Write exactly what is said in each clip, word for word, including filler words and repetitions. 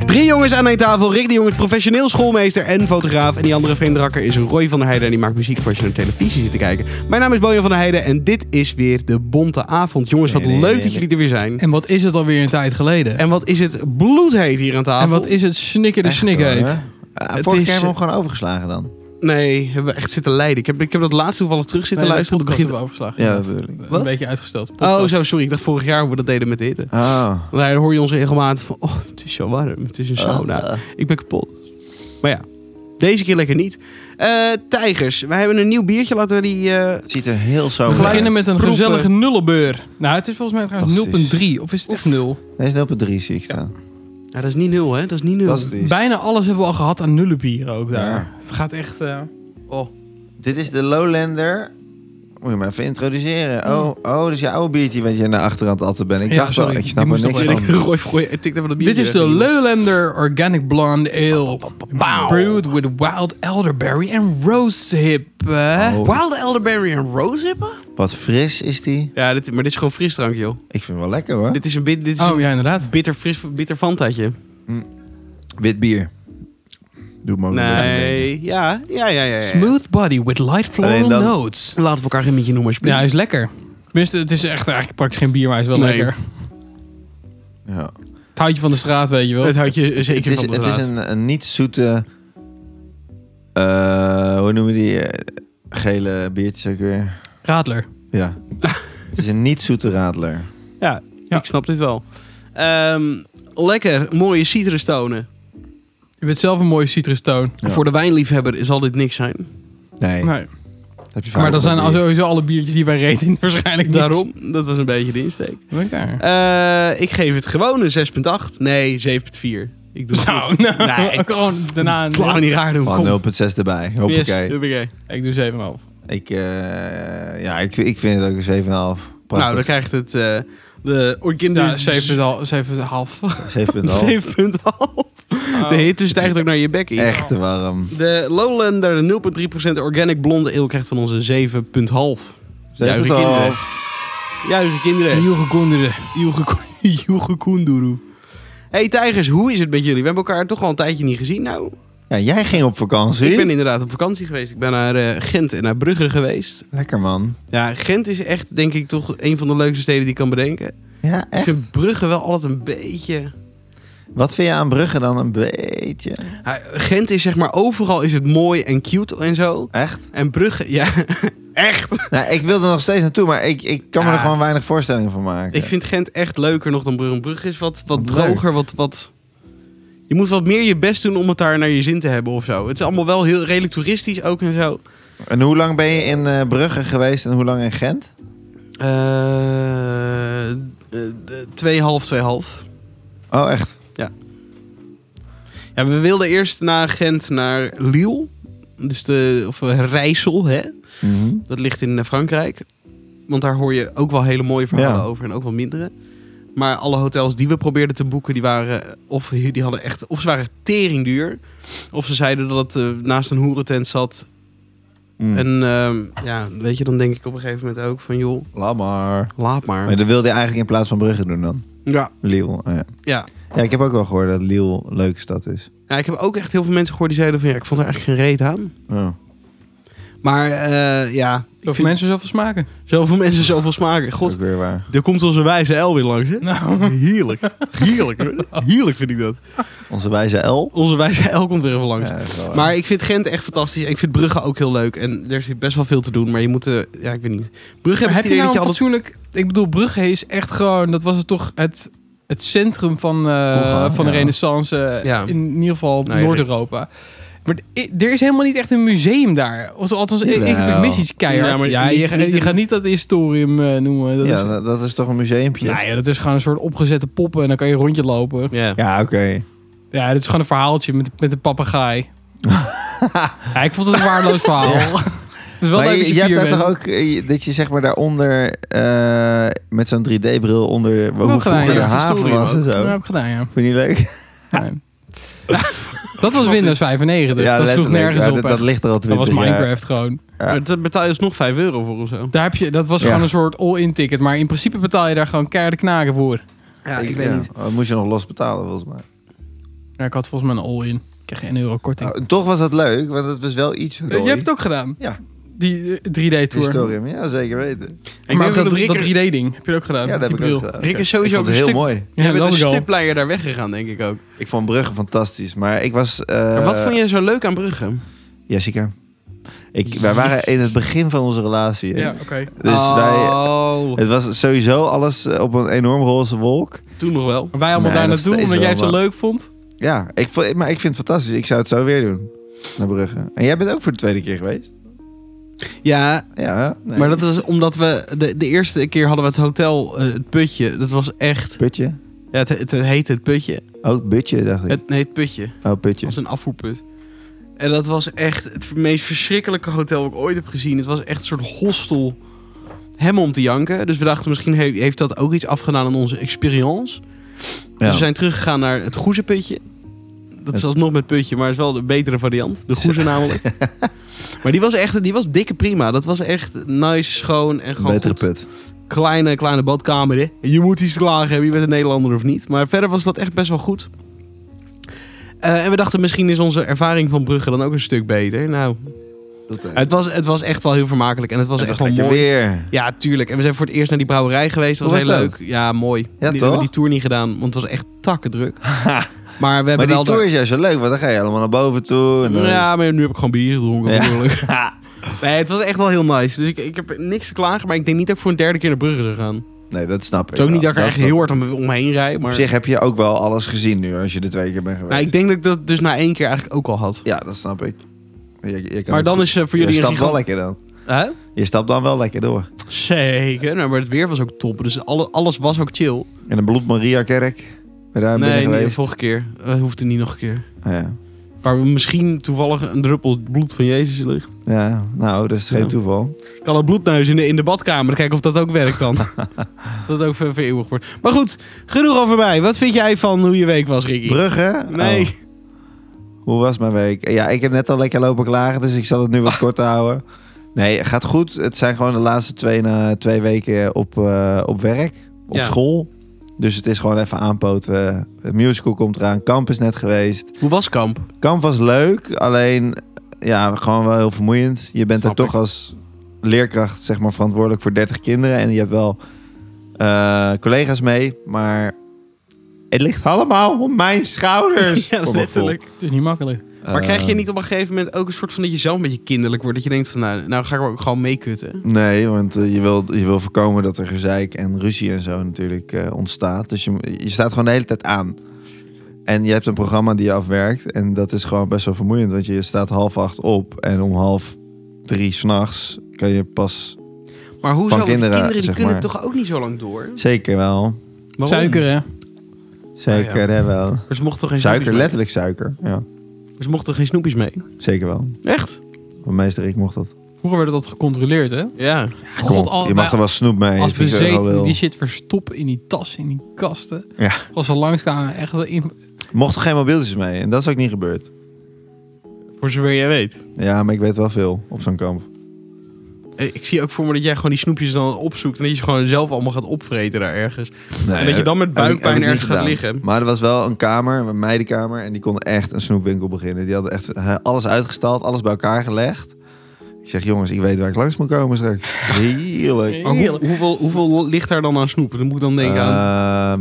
Drie jongens aan één tafel. Rick de Jong is professioneel schoolmeester en fotograaf. En die andere vreemdrakker is Roy van der Heijden. En die maakt muziek voor als je naar televisie zit te kijken. Mijn naam is Bojan van der Heijden. En dit is weer de Bonte Avond. Jongens, wat Nee, nee, leuk nee, dat jullie er weer zijn. En wat is het alweer een tijd geleden? En wat is het bloedheet hier aan tafel. En wat is het snikker de Echt snik hoor, heet? hè? Uh, Het vorige is, keer hebben we uh, hem gewoon overgeslagen dan. Nee, hebben we echt zitten lijden. Ik heb, ik heb dat laatst toevallig terug zitten Nee, luisteren. de Het podcast begint... hebben we overgeslagen. Ja, dat bedoel ik. Wat? Een beetje uitgesteld. Oh, Podcast. zo, sorry. Ik dacht vorig jaar hoe we dat deden met de hitte. Oh. Want daar hoor je ons regelmatig van... Oh, het is zo warm. Het is een sauna. Uh, uh. Ik ben kapot. Maar ja, deze keer lekker niet. Uh, tijgers, wij hebben een nieuw biertje. Laten we die... Uh... Het ziet er heel zo We uit. beginnen met een Proeven. gezellige nullenbeur. Nou, het is volgens mij trouwens nul Fantastisch. komma drie. Of is het echt nul? Deze is nul komma drie zie ik staan. Ja, dat is niet nul, hè? Dat is niet nul. Fantastisch. Bijna alles hebben we al gehad aan nullenbieren ook daar. Ja. Het gaat echt... uh, oh. Dit is de Lowlander. Moet je me even introduceren. Oh, oh, dus je oude biertje wat je naar achterhand altijd bent. Ik Ja, dacht sorry, wel, ik die snap er moest niks nog van. Roy, Roy, tikt even dat biertje. Dit is de Lowlander Organic Blonde Ale. Brewed with wild elderberry and rosehip. Uh. Oh, Wild Elderberry en Rosehippen? wat fris is die. Ja, dit, maar dit is gewoon frisdrank, joh. Ik vind het wel lekker hoor. Dit is een, bit, dit is Oh een ja, inderdaad. bitter, fris, bitter Fantaatje. Wit bier. Doe maar weer een ding. Nee, ja, ja, ja, ja. ja. Smooth body with light Alleen floral dan- notes. Laten we elkaar geen mietje noemen, Ja, alsjeblieft. hij is lekker. Tenminste, het is echt eigenlijk praktisch geen bier, maar hij is wel Nee. lekker. Ja. Het houtje van de straat, weet je wel. Het houdt je zeker Het is, van de het is draad. een, een niet zoete... eh, hoe noemen we die eh, gele biertjes ook weer? Radler. Ja. Het is een niet zoete radler. Ja, Ja. ik snap dit wel. Ehm, lekker, mooie citrustonen. Je bent zelf een mooie citrustoon. Ja. Voor de wijnliefhebber zal dit niks zijn. Nee, Nee. heb je vaak Maar dat zijn al geprobeerd. sowieso alle biertjes die wij reten waarschijnlijk niet. Daarom, dat was een beetje de insteek. Lekker. Eh, ik geef het gewoon een zes komma acht. Nee, zeven komma vier. Ik doe het Zo, goed. nou, Nee, ik- gewoon daarna een... Laat me niet raar doen. Gewoon Kom. nul komma zes erbij. Yes, Hoppakee. hoppakee. Ik doe zeven komma vijf. Ik, eh, ja, ik, ik vind het ook een zeven komma vijf. Prachtig. Nou, dan krijgt het uh, de Orkinder... Ja, zeven komma vijf. zeven komma vijf. zeven komma vijf. De hitte stijgt ook naar je bekkie. Echt te warm. De Lowlander nul komma drie procent Organic Blonde Ale krijgt van onze zeven komma vijf. zeven Juichen komma kinderen. vijf. Juichen kinderen. Nieuwe gekonderde. Joege Koendoeroe. Hey tijgers, hoe is het met jullie? We hebben elkaar toch al een tijdje niet gezien. Nou, Ja, jij ging op vakantie. ik ben inderdaad op vakantie geweest. Ik ben naar uh, Gent en naar Brugge geweest. Lekker man. Ja, Gent is echt, denk ik, toch een van de leukste steden die ik kan bedenken. Ja, Ik echt. vind Brugge wel altijd een beetje... Wat vind je aan Brugge dan een beetje? Ja, Gent is zeg maar, overal is het mooi en cute en zo. Echt? En Brugge, ja, echt. Nou, ik wil er nog steeds naartoe, maar ik, ik kan me Ja. er gewoon weinig voorstellingen van maken. Ik vind Gent echt leuker nog dan Brugge. Brugge is wat, wat Wat droger, wat, wat... Je moet wat meer je best doen om het daar naar je zin te hebben of zo. Het is allemaal wel heel redelijk toeristisch ook en zo. En hoe lang ben je in uh, Brugge geweest en hoe lang in Gent? Eh, uh, twee half, twee half. Oh, echt? Ja, we wilden eerst naar Gent naar Lille. Dus de, of uh, Rijssel, hè. Mhm. Dat ligt in uh, Frankrijk. Want daar hoor je ook wel hele mooie verhalen Ja. over en ook wel mindere. Maar alle hotels die we probeerden te boeken, die waren of die hadden echt, of ze waren tering duur, of ze zeiden dat het uh, naast een hoerentent zat. Mm. En uh, ja, weet je, dan denk ik op een gegeven moment ook van joh, Laat maar. laat maar. Maar dat wilde je eigenlijk in plaats van Brugge doen dan? Ja, Lille, oh, ja. ja. Ja, ik heb ook wel gehoord dat Lille een leuke stad is. Ja, ik heb ook echt heel veel mensen gehoord die zeiden van ja, ik vond er eigenlijk geen reet aan. Oh. Maar uh, ja, ik Zoveel vind mensen zoveel smaken. zoveel mensen zoveel smaken. Dat God, is ook weer waar. er komt onze wijze El weer langs, hè? Nou. Heerlijk. Heerlijk. hoor. Heerlijk vind ik dat. Onze wijze L. Onze wijze El komt weer even langs. Ja, dat is wel waar. Maar ik vind Gent echt fantastisch. En ik vind Brugge ook heel leuk. En er zit best wel veel te doen. Maar je moet... Uh, ja, ik weet niet. Brugge Maar heb, heb ik je het idee nou dat je een altijd... fatsoenlijk... Ik bedoel, Brugge is echt gewoon... Dat was het toch het, het centrum van, uh, Vroeger, van de ja. renaissance. uh, Ja. In ieder geval Nou, ja, Noord-Europa. Maar i- er is helemaal niet echt een museum daar. Of, althans, ik, ik, ik Jawel. mis iets keihard. Ja, maar Ja, niet- je, ga- niet je een- gaat niet dat historium uh, noemen. Dat ja, is, dat, dat is toch een museumpje? nou ja, dat is gewoon een soort opgezette poppen. En dan kan je een rondje lopen. Ja. Ja, oké. Ja, dit is gewoon een verhaaltje met, met een papegaai. Ja, ik vond het een waardeloos verhaal. Ja. Het is wel Maar leuk je, als je je hebt vier daar bent. toch ook, eh, dat je zeg maar daaronder uh, met zo'n drie D-bril onder hoe ook gedaan, vroeger ja. de Dat is de haven story, was en man. zo. Ja, heb ik gedaan, ja. Vind je niet leuk? Nee. Dat was Windows vijfennegentig. dat sloeg letterlijk. nergens Ja, op. dat, dat echt. ligt er al Dat twintig was jaar. Minecraft gewoon. Ja. Maar dat betaal je dus nog vijf euro voor of zo. Daar heb je, dat was Ja. gewoon een soort all-in ticket. Maar in principe betaal je daar gewoon keiharde knaken voor. Ja, ik, Ik- weet ja, niet. Dat moest je nog los betalen volgens mij. Ja, ik had volgens mij een all-in. Ik kreeg één euro korting. Oh, toch was dat leuk, want het was wel iets. Uh, je hebt het ook gedaan? Ja. Die uh, drie D-tour. Historium, ja, zeker weten. Ik maar ook dat, dat, Rick, dat drie D-ding heb je ook gedaan. Ja, dat heb die ik ook bril. gedaan. Rick is sowieso ik vond het een heel stuk, mooi. Je Ja, bent een dat ook stuk al. blijer daar weggegaan, denk ik ook. Ik vond Brugge fantastisch, maar ik was... Uh, maar wat vond je zo leuk aan Brugge? Jessica. Ik, wij waren in het begin van onze relatie. Hè? Ja, oké. Okay. Dus wij... oh, Het was sowieso alles op een enorm roze wolk. toen nog wel. Wij allemaal Nee, daar nog naartoe, steeds omdat jij het zo wel, maar- leuk vond. Ja, ik, vond- maar ik vind het fantastisch. Ik zou het zo weer doen. Naar Brugge. En jij bent ook voor de tweede keer geweest? Ja, Ja. Nee. maar dat was omdat we... De, de eerste keer hadden we het hotel, uh, het Putje. Dat was echt... Putje? Ja, het, het, het heette het Putje. Oh, Butje, dacht ik. Het, nee, het Putje. Oh, Putje. Het was een afvoerput. En dat was echt het meest verschrikkelijke hotel dat ik ooit heb gezien. Het was echt een soort hostel. Hem om te janken. Dus we dachten misschien he- heeft dat ook iets afgedaan aan onze experience. Dus Ja. we zijn teruggegaan naar het Goezeputje. Dat is alsnog met Putje, maar is wel de betere variant. De Goeze namelijk. Maar die was echt, die was dikke prima. Dat was echt nice, schoon en gewoon Betere goed. put. Kleine, kleine badkamer. Hè? Je moet iets te klagen hebben, je bent een Nederlander of niet. Maar verder was dat echt best wel goed. Uh, en we dachten misschien is onze ervaring van Brugge dan ook een stuk beter. Nou, Dat, uh, het was, het was echt wel heel vermakelijk. En het was het echt was wel lekker mooi. weer. Ja, tuurlijk. En we zijn voor het eerst naar die brouwerij geweest. Dat Hoe was was heel dat? leuk. Ja, mooi. Ja, die, we toch? hebben die tour niet gedaan, want het was echt takkendruk. Maar we hebben Maar die wel... tour daar- is juist zo leuk, want dan ga je allemaal naar boven toe. En dan Ja, maar nu heb ik gewoon bier gedronken. Ja. natuurlijk. Nee, het was echt wel heel nice. Dus ik, ik heb niks te klagen. Maar ik denk niet dat ik voor een derde keer naar Brugge zou gaan. Nee, dat snap ik. Het is ook niet dat ik er wel. echt snap heel ik. hard om, omheen rijd. Maar Op zich heb je ook wel alles gezien nu, als je er twee keer bent geweest. nou, ik denk dat ik dat dus na één keer eigenlijk ook al had. Ja, dat snap ik. Je, je kan Maar ook dan goed- is uh, voor je jullie een stapt wel gigant... lekker dan. Huh? Je stapt dan wel lekker door. Zeker. Nou, maar het weer was ook top. Dus alle, alles was ook chill. In de Bloed Maria kerk. Ben je daar binnen Nee, nee, de geweest? volgende keer. Uh, hoeft er niet nog een keer. Ah, ja. Waar misschien toevallig een druppel bloed van Jezus ligt. ja, nou, dat is geen Ja. toeval. Ik kan een bloedneus in de, in de badkamer. Kijken of dat ook werkt dan. dat het ook ver, vereeuwigd wordt. Maar goed, genoeg over mij. Wat vind jij van hoe je week was, Ricky? Brugge? Nee. Oh. Hoe was mijn week? Ja, ik heb net al lekker lopen klagen, dus ik zal het nu wat korter houden. Nee, gaat goed. Het zijn gewoon de laatste twee, na, twee weken op, uh, op werk, op Ja. school. Dus het is gewoon even aanpoten. Het musical komt eraan. Kamp is net geweest. Hoe was kamp? Kamp was leuk, alleen ja, gewoon wel heel vermoeiend. Je bent er Snap toch ik. als leerkracht zeg maar verantwoordelijk voor dertig kinderen. En je hebt wel uh, collega's mee, maar het ligt allemaal op mijn schouders. Ja, voor mijn letterlijk. Het is niet makkelijk. gevoel. Maar krijg je Uh, niet op een gegeven moment ook een soort van dat je zelf een beetje kinderlijk wordt? Dat je denkt van nou, nou ga ik ook gewoon meekutten. Nee, want uh, je, wil, je wil voorkomen dat er gezeik en ruzie en zo natuurlijk uh, ontstaat. Dus je, je staat gewoon de hele tijd aan. En je hebt een programma die je afwerkt. En dat is gewoon best wel vermoeiend. Want je staat half acht op. En om half drie 's nachts kan je pas... Maar hoezo? Van Want die kinderen, kinderen die zeg kunnen maar. toch ook niet zo lang door? Zeker wel. Waarom? Suiker, hè? Zeker, Oh ja. hè, wel. Maar ze mochten toch geen Suiker, snoepjes mee? letterlijk suiker. Ja, Maar ze mochten toch geen snoepjes mee? zeker wel. Echt? Van meester Rick mocht dat. Vroeger werd dat gecontroleerd, hè? Ja. Kom op, al- je mag wij- er wel snoep mee. Als vind ik wel bezeten wel. die shit verstoppen in die tassen, in die kasten. Ja. Als ze langskwamen, echt wel in... Mochten geen mobieltjes mee. En dat is ook niet gebeurd. Voor zover jij weet. Ja, maar ik weet wel veel op zo'n kamp. Eh, Ik zie ook voor me dat jij gewoon die snoepjes dan opzoekt en dat je gewoon zelf allemaal gaat opvreten daar ergens. Nee, en dat je dan met heb ik- heb buikpijn ik niet ergens gaat gedaan. liggen. Maar er was wel een kamer, een meidenkamer. En die konden echt een snoepwinkel beginnen. Die hadden echt eh, alles uitgestald, alles bij elkaar gelegd. Ik zeg, jongens, ik weet waar ik langs moet komen straks. Heerlijk. Maar hoe- hoeveel, hoeveel ligt daar dan aan snoep? Dat moet ik dan denken aan. Ehm,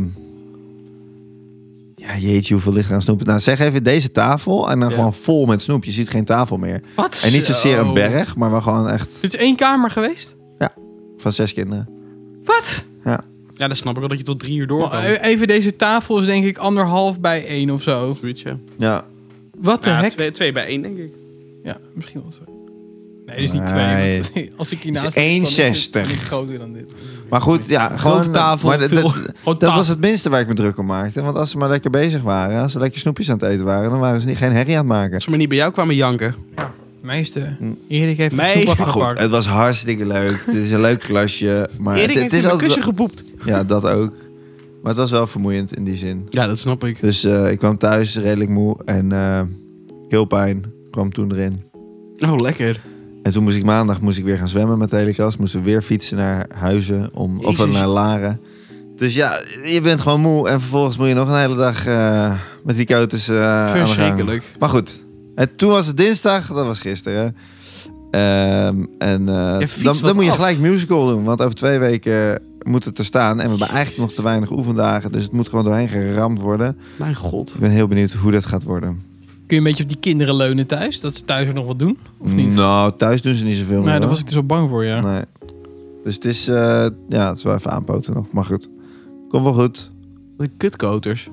ja, jeetje, hoeveel ligt er aan snoep? Nou, zeg even deze tafel en dan Ja. gewoon vol met snoep. Je ziet geen tafel meer. Wat? En niet zozeer Zo. een berg, maar wel gewoon echt Dit is één kamer geweest? van zes kinderen. Wat? Ja, dan snap ik wel dat je tot drie uur door kan. Maar, eh, Even deze tafel is denk ik anderhalf bij één of zo. Zoiets, ja. Ja, Wat de Ja, hek? twee, twee bij één, denk ik. Ja, misschien wel twee. Nee, dit is niet Nee. twee. Want als ik hiernaast Het is lig, dan is het eenenzestig. niet groter dan dit. maar goed, ja, gewoon Grote tafel, Maar dat, veel- dat, Gewoon dat tafel. was het minste waar ik me druk om maakte. Want als ze maar lekker bezig waren, als ze lekker snoepjes aan het eten waren, dan waren ze niet, geen herrie aan het maken. Als ze maar niet bij jou kwamen janken. Meester, Hm. Erik heeft Nee. een snoep Maar goed, afgepakt. het was hartstikke leuk. Het is een leuk klasje. Maar Erik het, heeft het in is mijn altijd kussen gepoept. wel- Ja, dat ook. Maar het was wel vermoeiend in die zin. Ja, dat snap ik. Dus uh, ik kwam thuis redelijk moe en uh, keelpijn kwam toen erin. Oh, lekker. En toen moest ik maandag moest ik weer gaan zwemmen met de hele klas. Moesten we weer fietsen naar Huizen om, of Jezus. naar Laren. Dus ja, je bent gewoon moe en vervolgens moet je nog een hele dag uh, met die coaches uh, aan de gang. Verschrikkelijk. Maar goed, en toen was het dinsdag, dat was gisteren. Um, en uh, dan, dan moet je af. gelijk musical doen, want over twee weken moet het er staan. En we hebben eigenlijk nog te weinig oefendagen, dus het moet gewoon doorheen geramd worden. Mijn god. Ik ben heel benieuwd hoe dat gaat worden. Kun je een beetje op die kinderen leunen thuis? Dat ze thuis ook nog wat doen? Of niet? Nou, thuis doen ze niet zoveel meer. Nee, daar hoor. was ik dus zo bang voor, ja. Nee. Dus het is, uh, ja, het is wel even aanpoten nog. Maar goed, komt wel goed. De kutkoters.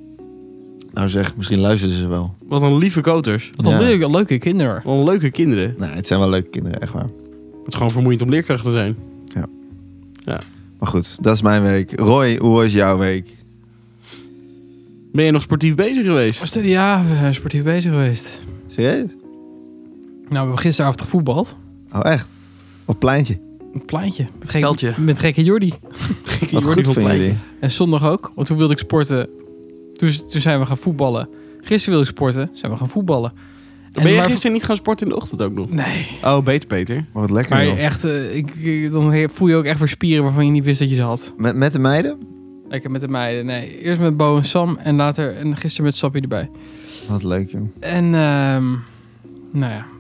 Nou zeg, misschien luisteren ze wel. Wat een lieve koters. Wat een Ja. leuke, leuke kinderen. Wat een leuke kinderen. Nee, het zijn wel leuke kinderen, echt waar. Het is gewoon vermoeiend om leerkracht te zijn. Maar goed, dat is mijn week. Roy, hoe was jouw week? Ben je nog sportief bezig geweest? Was het- Ja, we zijn sportief bezig geweest. Serieus? Nou, we hebben gisteravond gevoetbald. Oh, echt? Op pleintje? Een pleintje. Met gekke, Veldje. met gekke Jordi. Wat goed vinden jullie. En zondag ook. Want toen wilde ik sporten. Toen, toen zijn we gaan voetballen. Gisteren wilde ik sporten. Zijn we gaan voetballen. En Ben je maar- gisteren niet gaan sporten in de ochtend ook nog? Nee. Oh, beter Peter. Maar wat lekker Maar joh. echt, uh, ik, ik- dan voel je ook echt weer spieren waarvan je niet wist dat je ze had. Met, met de meiden? Lekker met de meiden. Nee, eerst met Bo en Sam en later en gisteren met Sappie erbij. Wat leuk joh. En ehm nou ja,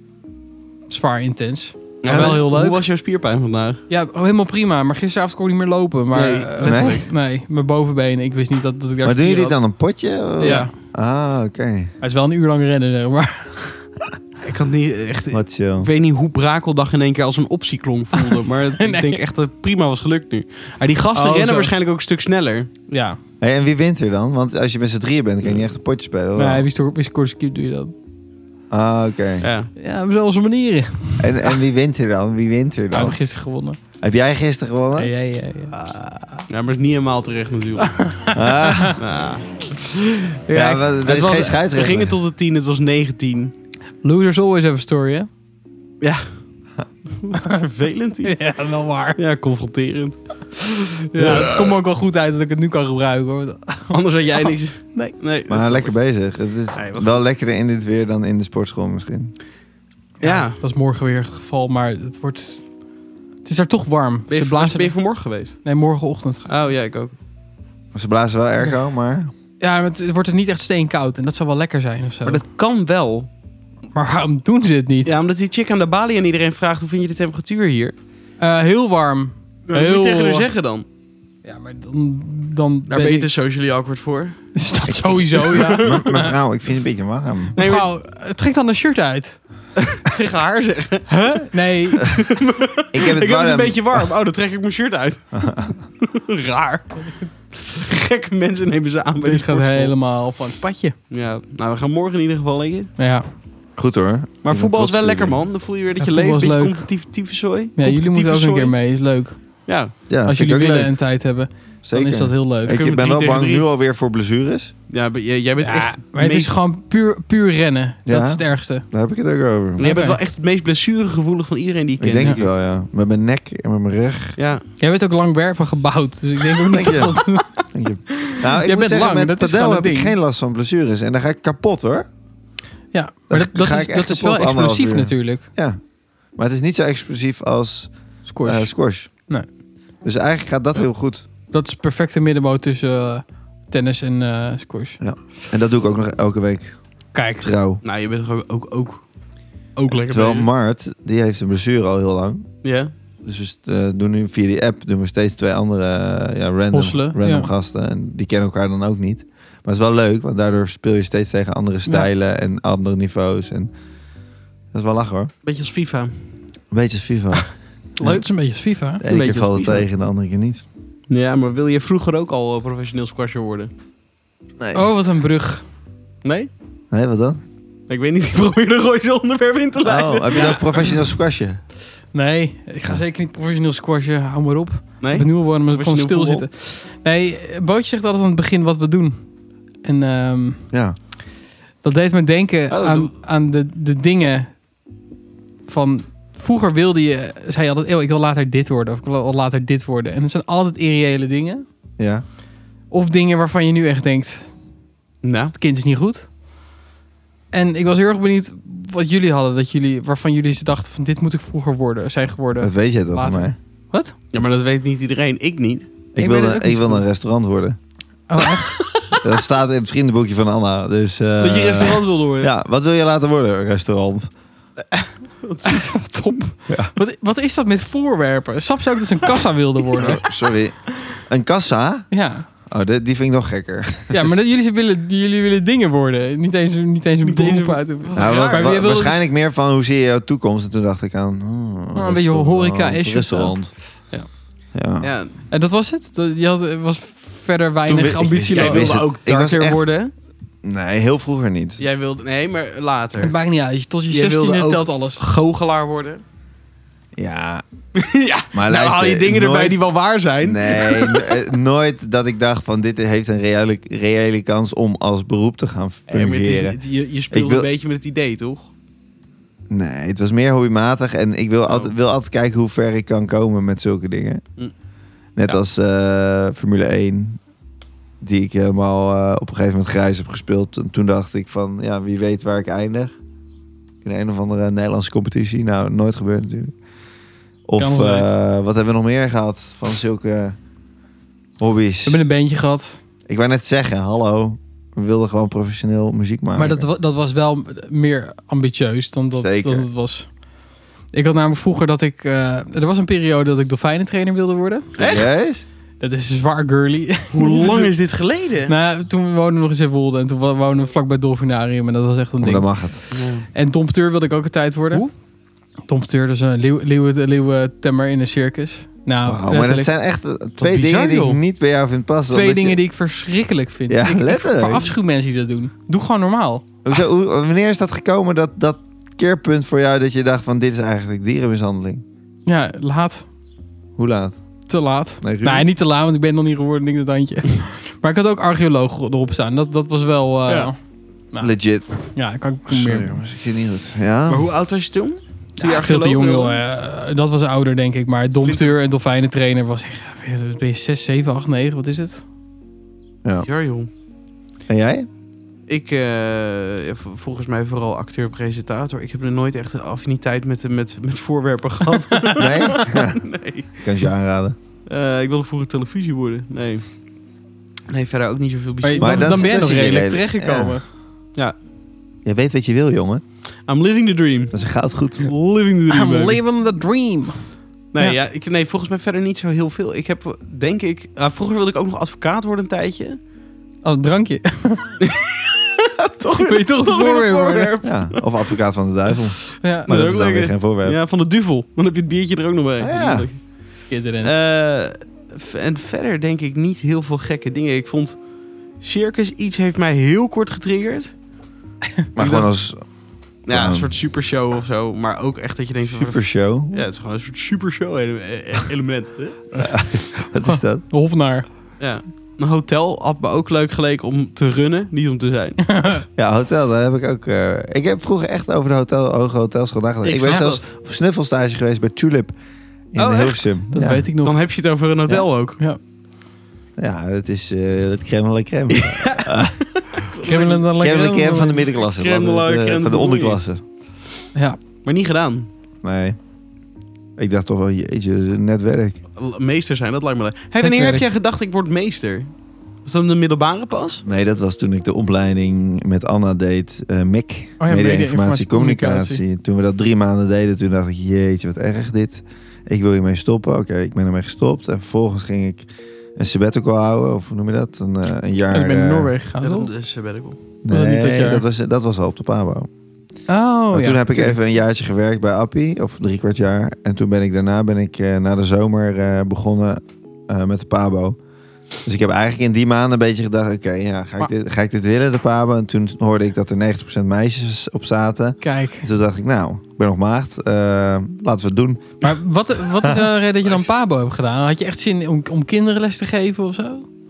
zwaar intens. Maar Ja, wel heel leuk. Hoe was jouw spierpijn vandaag? Ja, oh, helemaal prima. Maar gisteravond kon ik niet meer lopen. Maar, Nee, eh, nee? het- nee, mijn bovenbenen. Ik wist niet dat, dat ik daar Maar doen spieren jullie had. dan een potje? Ja. Ah, oké. Hij is wel een uur lang rennen, zeg maar. Ik had niet echt... Wat chill. Ik weet niet hoe Brakeldag in één keer als een optie klonk voelde. Maar het- Nee. ik denk echt dat het prima was gelukt nu. Maar die gasten Oh, rennen zo. waarschijnlijk ook een stuk sneller. Ja. Hey, en wie wint er dan? Want als je met z'n drieën bent, dan kan je niet echt een potje spelen. hoor. Nee, wie scoort wie scoort skip doe je dat? Ah, oké. Ja. Ja, op onze manieren. En, en wie wint er dan? Wie wint er We dan? hebben gisteren gewonnen. Heb jij gisteren gewonnen? Ja, ja, ja. ja. ja, maar is niet helemaal terecht natuurlijk. Ah, Ja. ja, ik- maar er Het is was- geen We scheidsrechter. gingen tot de tien, het was negentien. Losers always have a story, hè? Ja. Wat vervelend hier. Ja, wel waar. Ja, confronterend. Ja, het komt me ook wel goed uit dat ik het nu kan gebruiken, hoor. Anders had jij niks... Nee. Nee. Maar dat- lekker bezig. Het is Nee, wat wel lekkerder in dit weer dan in de sportschool misschien. Ja. Dat is morgen weer het geval, maar het wordt... Het is daar toch warm. Ben je, Ze blazen... ben je vanmorgen geweest? Nee, morgenochtend. Oh ja, ik ook. Ze blazen wel airco, maar... Ja, maar het, het wordt er niet echt steenkoud en dat zou wel lekker zijn of zo. Maar dat kan wel. Maar waarom doen ze het niet? Ja, omdat die chick aan de balie aan iedereen vraagt... hoe vind je de temperatuur hier? Eh, heel warm. Wat moet je Heel- tegen haar zeggen dan? Ja, maar dan... dan Daar ben je te socially awkward voor. Is dat sowieso, ja. Me- Mevrouw, ik vind het een beetje warm. Nee, maar- Mevrouw, trek dan een shirt uit. Tegen haar zeggen. Huh? Nee. Ik heb het, Ik heb het warm. een beetje warm. Oh, dan trek ik mijn shirt uit. Raar. Gekke mensen nemen ze aan bij de Dit gaat sportschool. helemaal van het padje. Ja, nou, we gaan morgen in ieder geval liggen. Nou ja, Goed hoor. Maar Ik ben voetbal is trots wel op lekker, jullie. man. Dan voel je weer dat Ja, je leeft. voetbal Een is beetje leuk. competitieve zooi. ja jullie moeten ook een keer zooi. mee. Is leuk. Ja, Ja, Als vind jullie ik ook willen leuk. en tijd hebben, Zeker. dan is dat heel leuk. Ik kunnen we ben wel drie tegen bang drie. nu alweer voor blessures. ja maar jij jij bent Ja, echt... maar het is meest- gewoon puur, puur rennen. Ja? Dat is het ergste. Daar heb ik het ook over. Nee, jij bent Oké. wel echt het meest blessuregevoelig van iedereen die ik ken. Ik denk Ja. het wel, ja. Met mijn nek en met mijn rug. Ja. Jij bent ook langwerpig gebouwd. Dus ik denk ook niet Denk je? dat dat... Denk je. Nou, ik Jij moet bent zeggen, lang, met dat is padel gewoon heb een ik ding. geen last van blessures. En dan ga ik kapot hoor. Ja, maar dat, Dan dat ga is, ik echt dat is wel kapot anderhalf explosief uur. natuurlijk. Ja. Maar het is niet zo explosief als Squash. eh, squash. Nee. Dus eigenlijk gaat dat heel goed. Dat is perfecte middenmoot tussen eh, tennis en eh, squash. En dat doe ik ook nog elke week. Kijk. Trouw. Nou, je bent toch ook, ook, ook, ook lekker Terwijl bezig? Mart, die heeft een blessure al heel lang. Ja. Dus we eh, doen nu via die app doen we steeds twee andere eh, ja, random, Hosselen, random ja. gasten. En die kennen elkaar dan ook niet. Maar het is wel leuk, want daardoor speel je steeds tegen andere stijlen en andere niveaus. En dat is wel lachen hoor. Beetje als FIFA. Een beetje als FIFA. Leuk. Het is een beetje als FIFA. hè? De ene beetje keer als valt het FIFA. tegen, de andere keer niet. Ja, maar wil je vroeger ook al eh, professioneel squasher worden? Nee. Oh, wat een brug. Nee? Nee, wat dan? Ik weet niet, ik probeer de Royce onderwerp in te leiden. Oh, heb je nog professioneel squashen? Nee, ik ga zeker niet professioneel squashen. Hou maar op. Nee? Ik ben nu al worden met van Professioneel stilzitten. Nee, Bootje zegt altijd aan het begin wat we doen. En ehm, Ja. dat deed me denken Oh, aan, doe- aan de, de dingen van... Vroeger wilde je, zei je altijd, oh, ik wil later dit worden. Of ik wil later dit worden. En het zijn altijd irreële dingen. Ja. Of dingen waarvan je nu echt denkt, Nou, het kind is niet goed. En ik was heel erg benieuwd wat jullie hadden. Dat jullie, waarvan jullie dachten van dit moet ik vroeger worden, zijn geworden. Dat weet je toch van Later. mij. Wat? ja, maar dat weet niet iedereen. Ik niet. Ik weet wilde, het ook ik niet wilde goed. een restaurant worden. Oh, echt? Dat staat in het vriendenboekje van Anna. Dus, uh, Dat je restaurant wilde worden. Ja, wat wil je laten worden? Restaurant. Wat top. Ja. Wat, wat is dat met voorwerpen? Sap zou ook dat ze een kassa wilde worden. Oh, sorry. Een kassa? Ja. Oh, die, die vind ik nog gekker. Ja, maar dat, jullie, willen, jullie willen dingen worden. Niet eens, niet eens een Niet eens beroep een- uit. Nou, wa- Maar wa- je wilde waarschijnlijk meer van hoe zie je jouw toekomst? En toen dacht ik aan... Oh, een beetje restaurant, horeca-ish of zo. Restaurant. Ja. Ja. Ja, En dat was het? Dat, je had, was verder weinig Toen we- ambitie. Jij jij wist wilde het. ook Ik was darter echt- worden. Nee, heel vroeger niet. Jij wilde... Nee, maar later. Het maakt niet uit. Tot je Jij wilde zestiende ook- telt alles. Goochelaar worden. Ja, Ja, maar nou luister, haal je dingen nooit- erbij die wel waar zijn. Nee, n- eh, nooit dat ik dacht van dit heeft een reële, reële kans om als beroep te gaan Nee, maar het is, fungeren. het- je, je speelt Ik wil- een beetje met het idee, toch? Nee, het was meer hobbymatig en ik wil, Oh. altijd, wil altijd kijken hoe ver ik kan komen met zulke dingen. Hm. Net Ja. als eh, Formule één, die ik helemaal eh, op een gegeven moment grijs heb gespeeld. En toen dacht ik van, ja, wie weet waar ik eindig. In een of andere Nederlandse competitie. Nou, nooit gebeurd natuurlijk. Of Kan wel eh, wat hebben we nog meer gehad van zulke hobby's? We hebben een bandje gehad. Ik wou net zeggen, hallo, we wilden gewoon professioneel muziek maken. Maar dat, wa- dat was wel meer ambitieus dan dat, Zeker. dat het was. Ik had namelijk vroeger dat ik... eh, er was een periode dat ik dolfijnentrainer wilde worden. Serieus? Dat is zwaar girly. Hoe lang is dit geleden? Nou, toen woonden we nog in Zeewolde. En toen wo- woonden we vlakbij het dolfinarium. En dat was echt een Oh, ding. dan mag het. En dompteur wilde ik ook een tijd worden. Hoe? Dompteur, dus een leeuw, leeuw, leeuwentemmer in een circus. Nou, Wauw, maar dat letterlijk zijn echt eh, twee bizar, dingen die ik joh. niet bij jou vind passen. twee omdat dingen je- die ik verschrikkelijk vind. Ja, ik, ik letterlijk. verafschuw mensen die dat doen. Doe gewoon normaal. Hoezo- hoe- wanneer is dat gekomen, dat, dat keerpunt voor jou dat je dacht van dit is eigenlijk dierenmishandeling? Ja, laat. Hoe laat? Te laat. Nee, Ruben? Nee, niet te laat, want ik ben nog niet geworden. Niks het handje. Maar ik had ook archeoloog erop staan. Dat, dat was wel... eh, Ja. Nou. Legit. Ja, ik kan ik Sorry meer. jongens, ik zit niet goed. Ja? Maar hoe oud was je toen? Toen je Ja, veel te jong, archeoloog joh. wilde? Eh, dat was ouder, denk ik. Maar dompteur en dolfijnentrainer was echt... ja, ben je zes, zeven, acht, negen? Wat is het? Ja. Ja, joh. En jij? Ik, eh, ja, v- volgens mij vooral acteur-presentator. Ik heb er nooit echt een affiniteit met, met, met voorwerpen gehad. Nee? Ja, nee. kan je aanraden. Eh, ik wilde vroeger televisie worden. Nee. Nee, verder ook niet zoveel Maar, bijzonder. Maar dan, dat dan is- ben je dat nog is je redelijk reden. terechtgekomen. Je weet wat je wil, jongen. I'm living the dream. Dat is een goud goed. Living the dream, I'm baby. living the dream. Nee, Ja. ja. ik, nee, volgens mij verder niet zo heel veel. Ik heb, denk ik... ah, vroeger wilde ik ook nog advocaat worden een tijdje. Oh, een drankje. toch Wil je toch het weer voorwerp worden? Ja, of advocaat van de duivel. Ja, Maar dat dat is is dan ook weer lekker. geen voorwerp. Ja, van de duvel. Dan heb je het biertje er ook nog bij. Ah, ja. Heerlijk. schitterend. Eh, f- en verder denk ik niet heel veel gekke dingen. Ik vond circus iets heeft mij heel kort getriggerd. Maar Ik gewoon dacht- als Ja, Ja. een soort supershow of zo. Maar ook echt dat je denkt... van, supershow. Ja, het is gewoon een soort supershow ele- e- element. hè? Wat is dat? De Hofnaar. Ja. Een hotel had me ook leuk geleken om te runnen, niet om te zijn. Ja, hotel, daar heb ik ook... eh, ik heb vroeger echt over de hotel, hoge hotelschool nagedacht. Ik Ik, ben snap zelfs op snuffelstage geweest bij Tulip in Oh, echt? Hilversum. Dat ja. weet ik nog. Dan heb je het over een hotel ook. Ja. Ja, dat is eh het crème de la crème. Crème de la Crème de la crème crème. van de middenklasse. Crème de la laten we het, eh, crème van de de onderklasse. Ja. Maar niet gedaan. Nee. Ik dacht toch wel, jeetje, dat is net werk. L- Meester zijn, dat lijkt me leuk. Hey, wanneer heb werk. jij gedacht ik word meester? Was dat een de middelbare pas? Nee, dat was toen ik de opleiding met Anna deed. eh M I C. ja, Media, media, Informatie, informatie, Communicatie. Toen we dat drie maanden deden, toen dacht ik, jeetje, wat erg dit. Ik wil hiermee stoppen. Oké, ik ben ermee gestopt. En vervolgens ging ik een sabbatical houden. Of hoe noem je dat? Een, eh, een jaar... En ik ben naar eh, Noorwegen gegaan, Ja, toch? dat is, weet ik wel. Was dat Nee, niet dat jaar? dat was, dat was al op de Pabo. Oh, Maar ja. toen heb ik tuurlijk. even een jaartje gewerkt bij Appie, of drie kwart jaar. En toen ben ik daarna ben ik eh, na de zomer eh, begonnen eh, met de Pabo. Dus ik heb eigenlijk in die maanden een beetje gedacht, oké, ja, ga, ik dit- ga ik dit willen, de Pabo? En toen hoorde ik dat er negentig procent meisjes op zaten. Kijk. En toen dacht ik, nou, ik ben nog maagd, eh, laten we het doen. Maar wat, wat is de reden dat je dan Pabo hebt gedaan? Had je echt zin om, om kinderen les te geven of zo?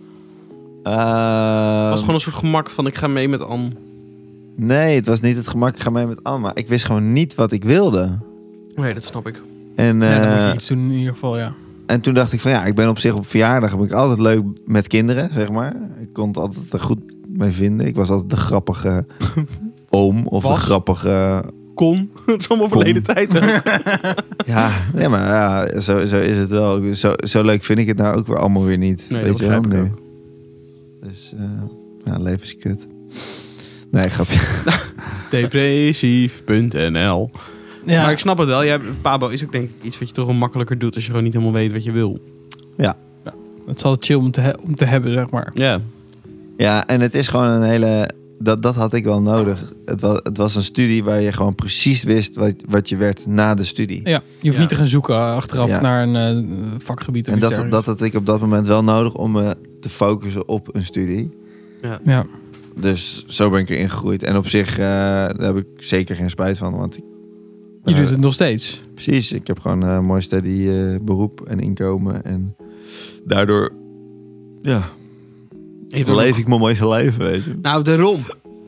Eh, Het was gewoon een soort gemak van ik ga mee met Anne. Nee, het was niet het gemak, ik ga mee met Anna. Ik wist gewoon niet wat ik wilde. Nee, dat snap ik. En, Nee, dan moet eh, je iets doen in ieder geval, ja. En toen dacht ik van ja, ik ben op zich op verjaardag heb ik altijd leuk met kinderen, zeg maar. Ik kon het altijd er goed mee vinden. Ik was altijd de grappige oom of Was? de grappige... Kon. Het is allemaal Kon. verleden tijd. Hè? Ja, nee, maar ja, zo, zo is het wel. Zo, zo leuk vind ik het nou ook weer allemaal weer niet. Nee, weet dat je wel begrijp ik nu. ook. Dus, eh, Ja, leven is kut. Nee, grapje. Depressief punt n l. Ja. Maar ik snap het wel. Ja, Pabo is ook denk ik iets wat je toch wel makkelijker doet als je gewoon niet helemaal weet wat je wil. Het is altijd chill om te, he- om te hebben, zeg maar. Ja. Ja, en het is gewoon een hele... Dat, dat had ik wel nodig. Het was, het was een studie waar je gewoon precies wist wat, wat je werd na de studie. Ja, je hoeft Ja. niet te gaan zoeken achteraf Ja. naar een uh, vakgebied of En iets dat, dergelijks. dat had ik op dat moment wel nodig om me te focussen op een studie. Ja. Dus zo ben ik erin gegroeid. En op zich uh, daar heb ik zeker geen spijt van. Want ik Je ben- doet het nog steeds. Precies, ik heb gewoon een mooi steady uh, beroep en inkomen. En daardoor ja, Je hebt ook- leef ik mijn mooiste leven, weet je. Nou, daarom.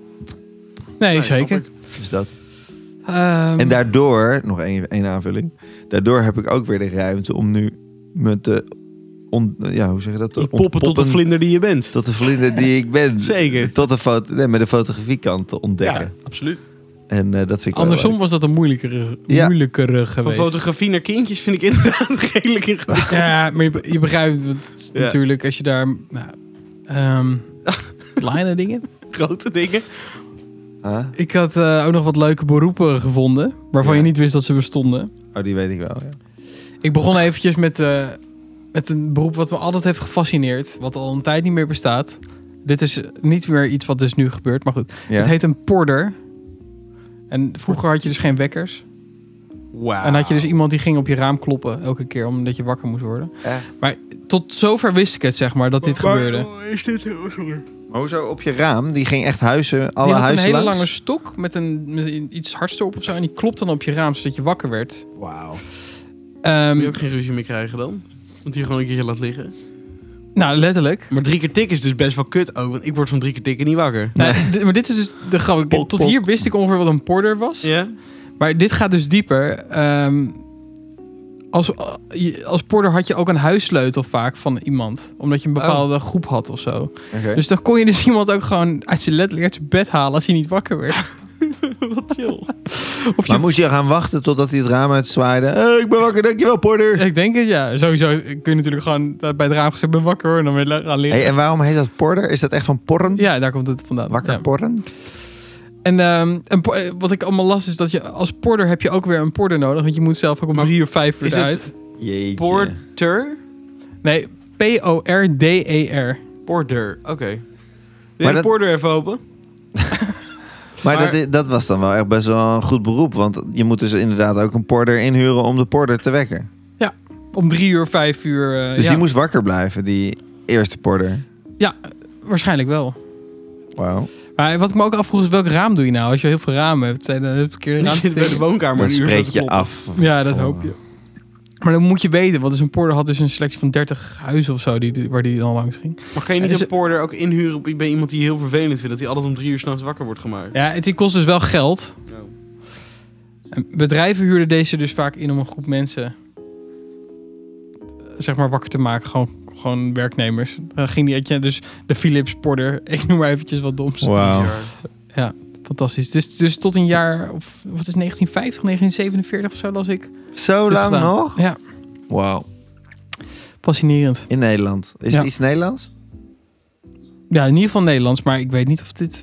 Nee, Nee, snap zeker. ik. Dus dat. Ehm, En daardoor, nog één, één aanvulling. Daardoor heb ik ook weer de ruimte om nu me te... On, ja, hoe zeg je dat? Te Je poppen tot de vlinder die je bent. Tot de vlinder die ik ben. Zeker. Tot de foto, nee, met de fotografiekant te ontdekken. Ja, absoluut. En uh, dat vind ik wel andersom leuk. was dat een moeilijkere, Ja. moeilijkere Van geweest. fotografie naar kindjes vind ik inderdaad redelijk ingewikkeld. Ja, maar je, be- je begrijpt het Ja. natuurlijk als je daar... Nou, ehm, kleine dingen. Grote dingen. Huh? Ik had eh, ook nog wat leuke beroepen gevonden, waarvan Ja. je niet wist dat ze bestonden. Oh, die weet ik wel, ja. Ik begon eventjes met, eh, met een beroep wat me altijd heeft gefascineerd, wat al een tijd niet meer bestaat. Dit is niet meer iets wat dus nu gebeurt, maar goed. Ja? Het heet een porter. En vroeger had je dus geen wekkers. Wauw. En had je dus iemand die ging op je raam kloppen elke keer omdat je wakker moest worden. Echt? Maar tot zover wist ik het, zeg maar, dat dit gebeurde. Is dit heel sorry. Maar hoezo op je raam? Die ging echt huizen, alle Die had een huizen hele langs? lange stok met, een, met een- iets hards erop of zo. En die klopt dan op je raam zodat je wakker werd. Wauw. Ehm, Moet je ook geen ruzie meer krijgen dan? Want die gewoon een keertje laat liggen. nou, letterlijk. Maar drie keer tikken is dus best wel kut ook. Want ik word van drie keer tikken niet wakker. Nou, d- maar dit is dus de grap. Ik- Pop, Tot pop. hier wist ik ongeveer wat een porter was. Ja? Maar dit gaat dus dieper. Ehm, als, je- als porter had je ook een huissleutel vaak van iemand. Omdat je een bepaalde groep had of zo. Oké. Dus dan kon je dus iemand ook gewoon uit zijn letterlijk uit zijn bed halen als hij niet wakker werd. Wat chill. Of je, Maar moest je gaan wachten totdat hij het raam uitzwaaide? Hey, ik ben wakker, dankjewel, porter. ik denk het, ja. Sowieso kun je natuurlijk gewoon bij het raam gezegd, ik ben wakker hoor. En dan weer le- gaan liggen. Hey, en waarom heet dat porter? Is dat echt van porren? Ja, daar komt het vandaan. Wakker Ja. porren? En ehm, een po- eh, wat ik allemaal las is dat je als porter heb je ook weer een porter nodig. Want je moet zelf ook om Maar drie of vijf uur is het- uit. Jeetje. Porter? Nee, P O R D E R. Porter, oké. Okay. Wil je Maar de dat- porter even open? Maar, Maar- dat, is- dat was dan wel echt best wel een goed beroep. Want je moet dus inderdaad ook een porter inhuren om de porter te wekken. Om drie uur, vijf uur. eh, Dus ja. die moest wakker blijven, die eerste porter. Waarschijnlijk wel. Wauw. Maar wat ik me ook afvroeg is, welk raam doe je nou? Als je heel veel ramen hebt, dan heb je een keer een Die raam. zit bij de woonkamer. Dan een uur spreek zo te je kloppen. af. Ja, dat hoop je. Maar dan moet je weten, want dus een porter had dus een selectie van dertig huizen of zo, die, die- waar die dan langs ging. Maar kan je niet Is een het- porter ook inhuren op- bij iemand die je heel vervelend vindt? Dat hij altijd om drie uur s'nachts wakker wordt gemaakt? Ja, het kost dus wel geld. Oh. En bedrijven huurden deze dus vaak in om een groep mensen eh, zeg maar wakker te maken. Gewoon, gewoon werknemers. Dan ging die, had je dus de Philips porter. Ik noem maar eventjes wat doms. Wauw. Bizar. Fantastisch. Dus, dus tot een jaar, of wat is negentien vijftig, negentien zevenenveertig of zo las ik. Zo Is het lang gedaan. nog? Ja, Wauw. fascinerend. In Nederland. Is Ja. het iets Nederlands? Ja, in ieder geval Nederlands, maar ik weet niet of dit...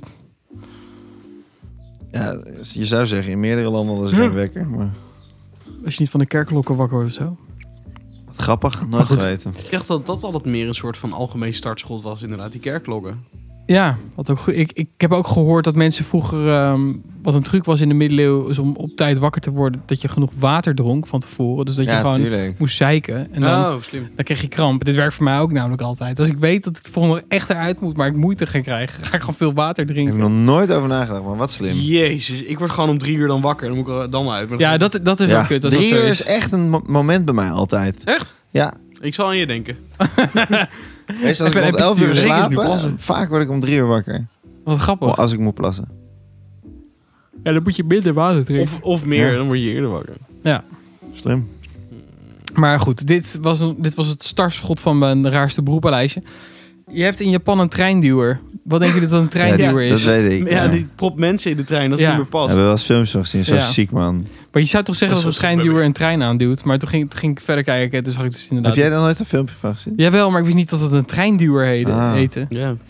Ja, je zou zeggen in meerdere landen is er geen wekker. Maar Als je niet van de kerkklokken wakker wordt of zo. wat grappig, nooit goed. geweten. Ik dacht dat dat altijd meer een soort van algemeen startschot was, inderdaad, die kerkklokken. Ja, wat ook, goed- ik, ik heb ook gehoord dat mensen vroeger... ehm, wat een truc was in de middeleeuwen, is om op tijd wakker te worden... dat je genoeg water dronk van tevoren. Dus dat je Ja, gewoon tuurlijk. moest zeiken. En dan, Oh, slim. dan kreeg je kramp. Dit werkt voor mij ook namelijk altijd. Als ik weet dat ik de volgende dag echt eruit moet... maar ik moeite ga krijgen, ga ik gewoon veel water Daar drinken. heb ik nog nooit over nagedacht, maar wat slim. Jezus, ik word gewoon om drie uur dan wakker. Dan moet ik er dan uit. Maar Ja, dat, dat is Ja, ook kut. Als dat drie zo uur is. is echt een mo- moment bij mij altijd. Echt? Ja. Ik zal aan je denken. Meestal als Even ik rond een elf uur appje sturen. Zeker nu slapen, plassen. vaak word ik om drie uur wakker. Wat grappig. Als ik moet plassen. Ja, dan moet je minder water drinken. Of, of meer, Ja. dan word je eerder wakker. Slim. Maar goed, dit was, een, dit was het startschot van mijn raarste beroepenlijstje. Je hebt in Japan een treinduwer. Wat denk je dat een treinduwer Ja, is? dat weet ik. Ja, Ja. die prop mensen in de trein, als Ja. het niet meer We past. hebben wel eens films van gezien. Zo Ja. ziek, man. Maar je zou toch zeggen Dat dat, is een wel treinduwer een trein aanduwt. Maar toen ging, toen ging ik verder kijken. Dus zag ik dus inderdaad... Heb jij daar nooit een filmpje van gezien? Jawel, maar ik wist niet dat het een treinduwer heette. Ah. heette. Ja.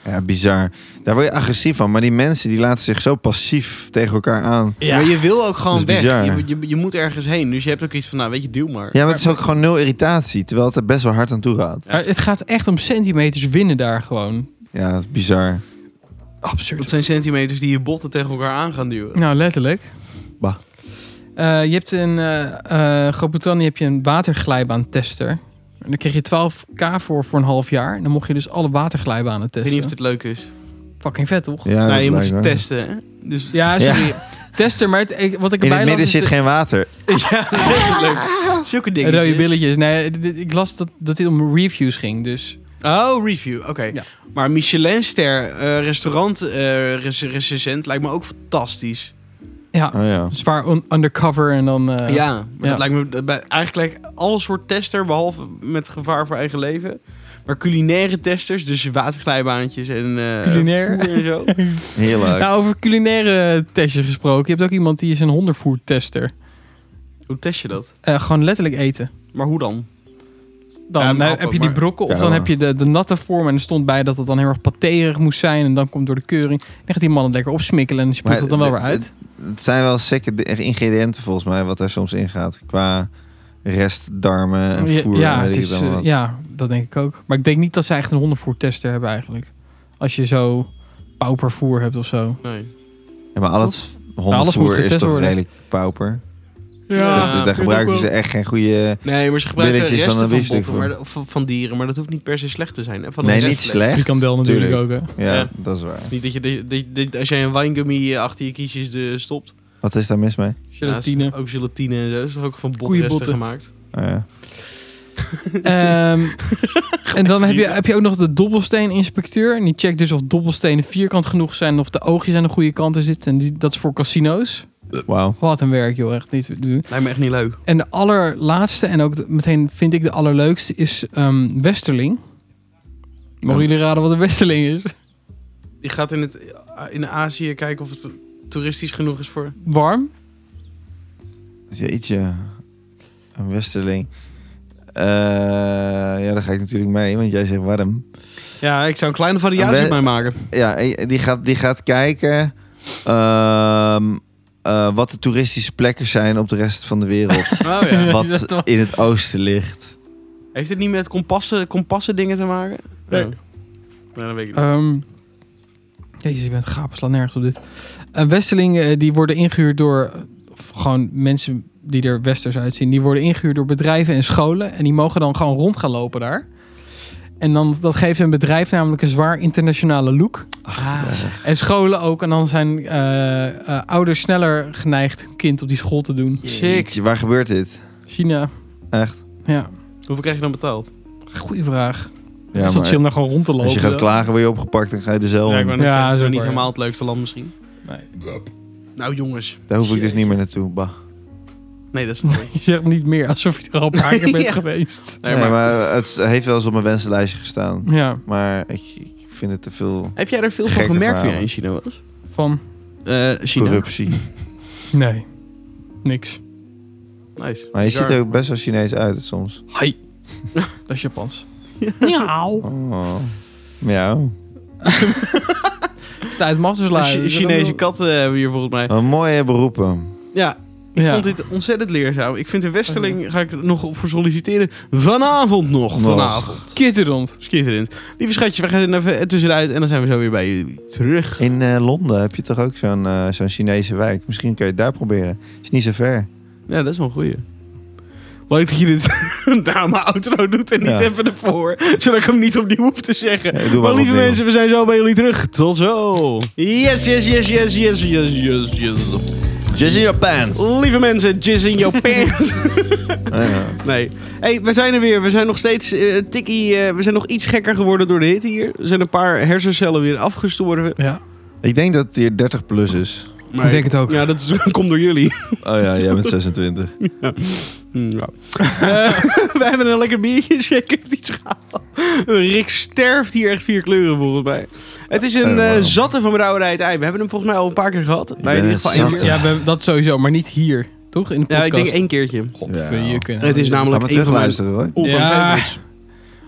Ja, bizar. Daar word je agressief van. Maar die mensen die laten zich zo passief tegen elkaar aan. Ja. Maar je wil ook gewoon Dat is weg. bizar. Je, je, je moet ergens heen. Dus je hebt ook iets van, nou weet je, duw maar. Ja, maar het is ook gewoon nul irritatie. Terwijl het er best wel hard aan toe gaat. Maar het gaat echt om centimeters winnen daar gewoon. Ja, dat is bizar. Absurd. Dat zijn centimeters die je botten tegen elkaar aan gaan duwen. Nou, letterlijk. Bah. Uh, je hebt in uh, uh, Groot-Brittannië heb je een waterglijbaantester. En daar kreeg je twaalf k voor voor een half jaar. En dan mocht je dus alle waterglijbanen Ik weet testen. niet of dit leuk is. Fucking vet, toch? Ja, nou, dat je moet lijkt ze me. testen, hè? Dus, Ja, sorry. Testen, maar het, ik, wat ik In erbij het midden las is zit de- geen water. ja, letterlijk. Zulke dingen. rode billetjes. Nee, d- d- ik las dat, dat dit om reviews ging, dus... Oh, review. Oké. Ja. Maar Michelinster, uh, restaurant uh, recensent, lijkt me ook fantastisch. Ja, Oh ja. zwaar un- undercover en dan... uh, ja, maar ja. dat lijkt me dat bij eigenlijk lijkt alle soort tester, behalve met gevaar voor eigen leven. Maar culinaire testers, dus waterglijbaantjes en uh, Culinair? voer en zo. Heerlijk. Nou, over culinaire testjes gesproken. Je hebt ook iemand die is een hondenvoertester. Hoe test je dat? Uh, gewoon letterlijk eten. Maar hoe dan? Dan Ja, uh, maar heb je ook, die maar- brokken of Ja, dan maar- heb je de, de natte vorm. En er stond bij dat het dan heel erg paterig moest zijn. En dan komt door de keuring. Dan gaat die man het lekker opsmikkelen en dan spuugt het dan wel weer uit. Het, het zijn wel zeker ingrediënten volgens mij wat er soms in gaat. Qua restdarmen en voer. ja, en het weet ik is, het allemaal uh, wat. ja, dat denk ik ook. Maar ik denk niet dat ze echt een hondenvoertester hebben eigenlijk. Als je zo paupervoer hebt of zo. Nee. Ja, maar al het alles moet hondenvoer is getest toch worden. redelijk pauper. Ja, daar vind daar ik gebruiken ook ze wel. echt geen goede... Nee, maar ze gebruiken Billetjes resten van van, een biefstuk botten, maar, of van- van dieren. Maar dat hoeft niet per se slecht te zijn. Hè? Van Nee, een niet restvlees. slecht. Frikandel natuurlijk Tuurlijk. ook, hè? Ja, Ja. dat is waar. Niet dat je, de, de, de- als jij een wijngummy achter je kiesjes de, stopt. Wat is daar mis mee? Gelatine. Ja, is ook gelatine en zo. Dat is toch ook van Koeienbotten. botresten gemaakt. Oh, ja. Ehm, en dan heb je, heb je ook nog de dobbelsteeninspecteur. En die checkt dus of dobbelstenen vierkant genoeg zijn. Of de oogjes aan de goede kanten zitten. En die, dat is voor casino's. Wauw. Wat een werk, joh. Echt niet te doen. Lijkt me echt niet leuk. En de allerlaatste, en ook de- meteen vind ik de allerleukste, is ehm, Westerling. Mogen Ja. jullie raden wat een Westerling is? Je gaat in, het, in Azië kijken of het toeristisch genoeg is voor... Warm? Jeetje. Een westerling. Eh, ja, daar ga ik natuurlijk mee, want jij zegt warm. Ja, ik zou een kleine variatie Een op we- mij maken. Ja, die gaat, die gaat kijken ehm, eh, wat de toeristische plekken zijn op de rest van de wereld. Oh ja. Is dat wat toch- in het oosten ligt. Heeft het niet met kompassen, kompassen dingen te maken? Nee. Oh. Ja, dat weet ik niet. Ehm Jezus, ik ben het gapen, slaat nergens op dit. Een Westerling, eh, die worden ingehuurd door... Of gewoon mensen die er westers uitzien. Die worden ingehuurd door bedrijven en scholen. En die mogen dan gewoon rond gaan lopen daar. En dan, dat geeft een bedrijf namelijk een zwaar internationale look. Ah. En scholen ook. En dan zijn eh, eh, ouders sneller geneigd hun kind op die school te doen. Sick. Jeetje, waar gebeurt dit? China, Echt? ja. Hoeveel krijg je dan betaald? Goeie vraag. Ja, Ja, is dat chill om maar daar gewoon rond te lopen? als je gaat dan? klagen, word je opgepakt en ga je de cel Ja, ik in. wou net Ja, zeggen, het is dat wel is niet waar, helemaal het leukste land misschien. Nee. Nou jongens. Daar hoef ik dus niet meer naartoe. Bah. Nee, dat is niet. Je zegt niet meer alsof je er al een paar keer bent Ja. geweest. Nee, Nee, maar, maar het heeft wel eens op mijn wensenlijstje gestaan. Ja, Maar ik, ik vind het te veel heb jij er veel van gekke gemerkt toen jij verhalen. in China was? van... Eh China. corruptie. Nee, niks. Nice. Maar je Bizar. ziet er ook best wel Chinees uit soms. Hai. Dat is Japans. Miauw. Oh. Miauw. Sta uit De Masters Chi- Chinese katten hebben we hier volgens mij. Wat mooie beroepen. Ja, ik Ja. vond dit ontzettend leerzaam. Ik vind de Westerling, ga ik er nog op voor solliciteren. Vanavond nog. Nog. Vanavond. Skitterend. Schitterend. Lieve schatjes, we gaan even tussenuit en dan zijn we zo weer bij jullie terug. In eh, Londen heb je toch ook zo'n eh, zo'n Chinese wijk. Misschien kun je het daar proberen. Is niet zo ver. Ja, dat is wel een goeie. Leuk dat je dit na mijn outro doet en niet Ja. even ervoor. Zodat ik hem niet opnieuw hoef te zeggen. Ja, doe maar maar lieve opnieuw. mensen, we zijn zo bij jullie terug. Tot zo. Yes, yes, yes, yes, yes, yes, yes, yes. Just in your pants. Lieve mensen, jizz in your pants. Ah, ja. Nee. Hey, we zijn er weer. We zijn nog steeds eh, tikkie. eh, we zijn nog iets gekker geworden door de hitte hier. Er zijn een paar hersencellen weer afgestorven. Ja. Ik denk dat het hier dertig plus is. Maar Ik denk het ook. Ja, dat is, komt door jullie. Oh ja, jij bent zesentwintig. Hm, ja. Eh, we hebben een lekker biertje. Ik heb iets gehaald. Rick sterft hier echt vier kleuren volgens mij. Het is een Oh, wow. eh, zatte van Brouwerij Het Ei. We hebben hem volgens mij al een paar keer gehad. Nee, in ben ieder het geval één zat. keer. Ja, we, dat sowieso, maar niet hier. Toch? In de Ja, podcast. ik denk één keertje. Godverjukken. Het is Laat namelijk maar een van mijn terugluisteren hoor. all-time Ja. favorites.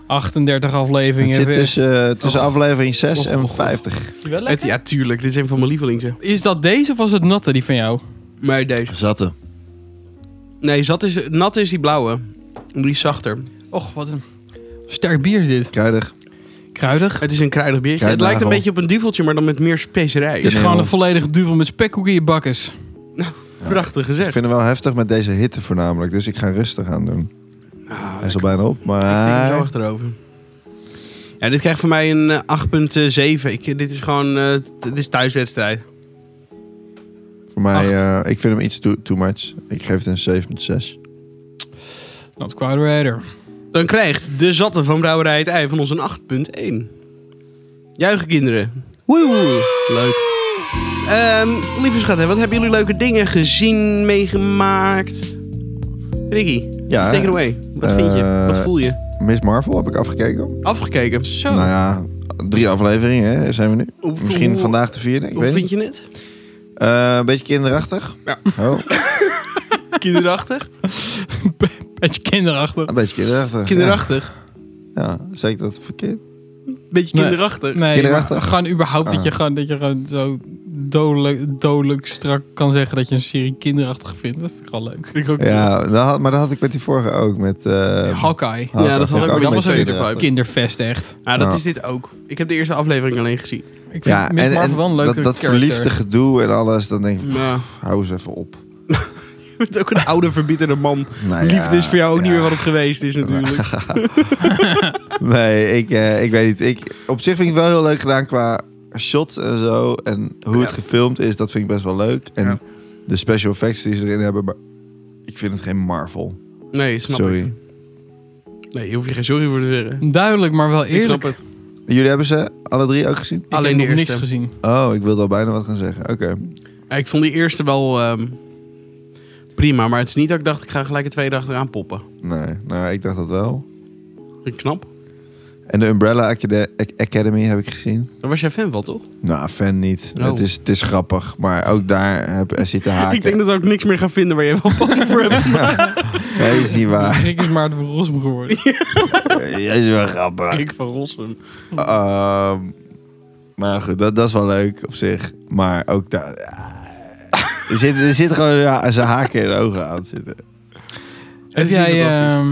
achtendertig Het afleveringen. zit tussen, uh, tussen Oh. aflevering zes Oh, en oh, oh. vijftig. Wel Het, lekker? ja, tuurlijk. Dit is een van mijn lievelingen. Is dat deze of was het natte die van jou? Maar deze. Zatte. Nee, zat is, nat is die blauwe. Die is zachter. Och, wat een sterk bier is dit. Kruidig. Kruidig. Het is een kruidig biertje. Het Kruidnagel. lijkt een beetje op een duveltje, maar dan met meer specerij. Het is Nee, gewoon joh. een volledige duvel met spekkoek in je bakkes. Prachtig Ik gezegd. vind het wel heftig met deze hitte voornamelijk. Dus ik ga rustig aan doen. Ah, Hij is al lekker. bijna op. Ik tik hem zo Maar achterover. Ja, dit krijgt voor mij een uh, acht komma zeven. Ik, dit is gewoon... uh, t- dit is thuiswedstrijd. voor mij, uh, ik vind hem iets too, too much. Ik geef het een zeven komma zes. Not quite rider. Dan krijgt de zatte van Brouwerij het Ei van ons een acht komma één. Juichen kinderen. Woe! Leuk. Um, lieve schatten, wat hebben jullie leuke dingen gezien, meegemaakt? Ricky, Ja, take it away. Wat vind je? eh, Wat voel je? Miss Marvel heb ik afgekeken. Afgekeken. Zo. Nou ja, drie afleveringen hè, zijn we nu. Hoe- Misschien hoe- vandaag de vierde. Ik Hoe weet vind niet. je het? Uh, een beetje kinderachtig. Ja. Oh, Kinderachtig? Beetje kinderachtig. een beetje kinderachtig. Kinderachtig? Ja, ja. Zeg ik dat verkeerd? Beetje Nee. kinderachtig? Nee, Kinderachtig? maar gewoon überhaupt dat, Ah. je gewoon, dat je gewoon zo dodelijk, dodelijk strak kan zeggen dat je een serie kinderachtig vindt. Dat vind ik gewoon leuk. Vind ik ook Ja, dat had, maar dat had ik met die vorige ook. Met, uh, Hawkeye. Hawkeye. Ja, dat had ik Vond ook dat met was ook Peter kinderachtig. Parker. Kinderfest echt. Ja, dat Ja. is dit ook. Ik heb de eerste aflevering alleen gezien. Ik vind Ja, Miss en, Marvel en wel een leuke dat, dat character. verliefde gedoe en alles, dan denk ik, Nou, hou eens even op. je bent ook een oude, verbitterde man. Nou ja, Liefde is voor jou ook niet ja. meer wat het geweest is natuurlijk. Nee, ik, uh, ik weet niet. Ik, op zich vind ik het wel heel leuk gedaan qua shots en zo. En hoe het Ja. gefilmd is, dat vind ik best wel leuk. En Ja. de special effects die ze erin hebben, maar ik vind het geen Marvel. Nee, snap Sorry. ik. Nee, je hoeft je geen sorry voor te zeggen. Duidelijk, maar wel Ik snap eerlijk. het. Jullie hebben ze alle drie ook gezien? Ik Alleen heb de nog eerste. niks gezien. Oh, ik wilde al bijna wat gaan zeggen. Oké. Ja, ik vond die eerste wel ehm, prima, maar het is niet dat ik dacht ik ga gelijk het tweede achteraan poppen. Nee, nou, ik dacht dat wel. Vind ik knap. En de Umbrella Acad- Academy heb ik gezien. Daar was jij fan van, toch? Nou, fan niet. Oh. Het, is, het is grappig, maar ook daar heb, er zitten haken. Ik denk dat ik ook niks meer ga vinden waar je wel passie voor hebt. Nee, is niet waar. Rick is Maarten van Rossum geworden. Jij is wel grappig. Ik van Rossum. Ehm, maar goed, dat, dat is wel leuk op zich. Maar ook daar... ja. Er zit, er zit gewoon ja, zijn haken in de ogen aan zitten. Het Heb is jij niet fantastisch. ehm,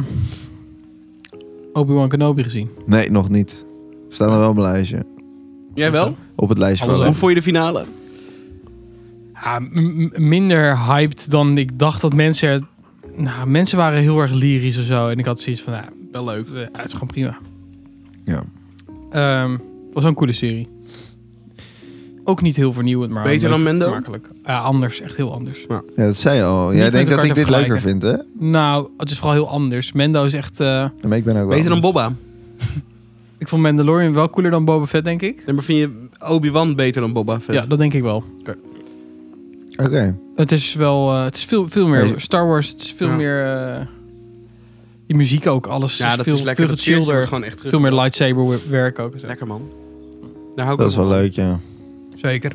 Obi-Wan Kenobi gezien? Nee, nog niet. Staan er wel op mijn lijstje. Jij wel? Op het lijstje Alles van. Hoe vond je de finale? Ja, m- m- minder hyped dan ik dacht dat mensen... er- Nou, mensen waren heel erg lyrisch of zo. En ik had zoiets van, nou, Wel leuk. eh, het is gewoon prima. Ja. Ehm, was wel een coole serie. Ook niet heel vernieuwend, maar Beter leuk, dan Mendo? vermakelijk. Ja, anders. Echt heel anders. Ja, dat zei je al. Niet Jij met denkt dat elkaar ik te dit leuker vergelijken. vind, hè? Nou, het is vooral heel anders. Mendo is echt... eh, Ja, Maar ik ben ook wel... Beter dan Boba. ik vond Mandalorian wel cooler dan Boba Fett, denk ik. En maar vind je Obi-Wan beter dan Boba Fett? Ja, dat denk ik wel. Oké. Het is wel... eh, het is veel, veel meer... Nee. Star Wars, het is veel Ja. meer... eh, die muziek ook, alles Ja, is dat veel, is lekker. veel Dat sfeertje wordt gechillder. gewoon echt terug. Veel meer lightsaber werk ook. en zo. Lekker, man. Daar hou ik Dat ook is wel van. leuk, ja. Zeker.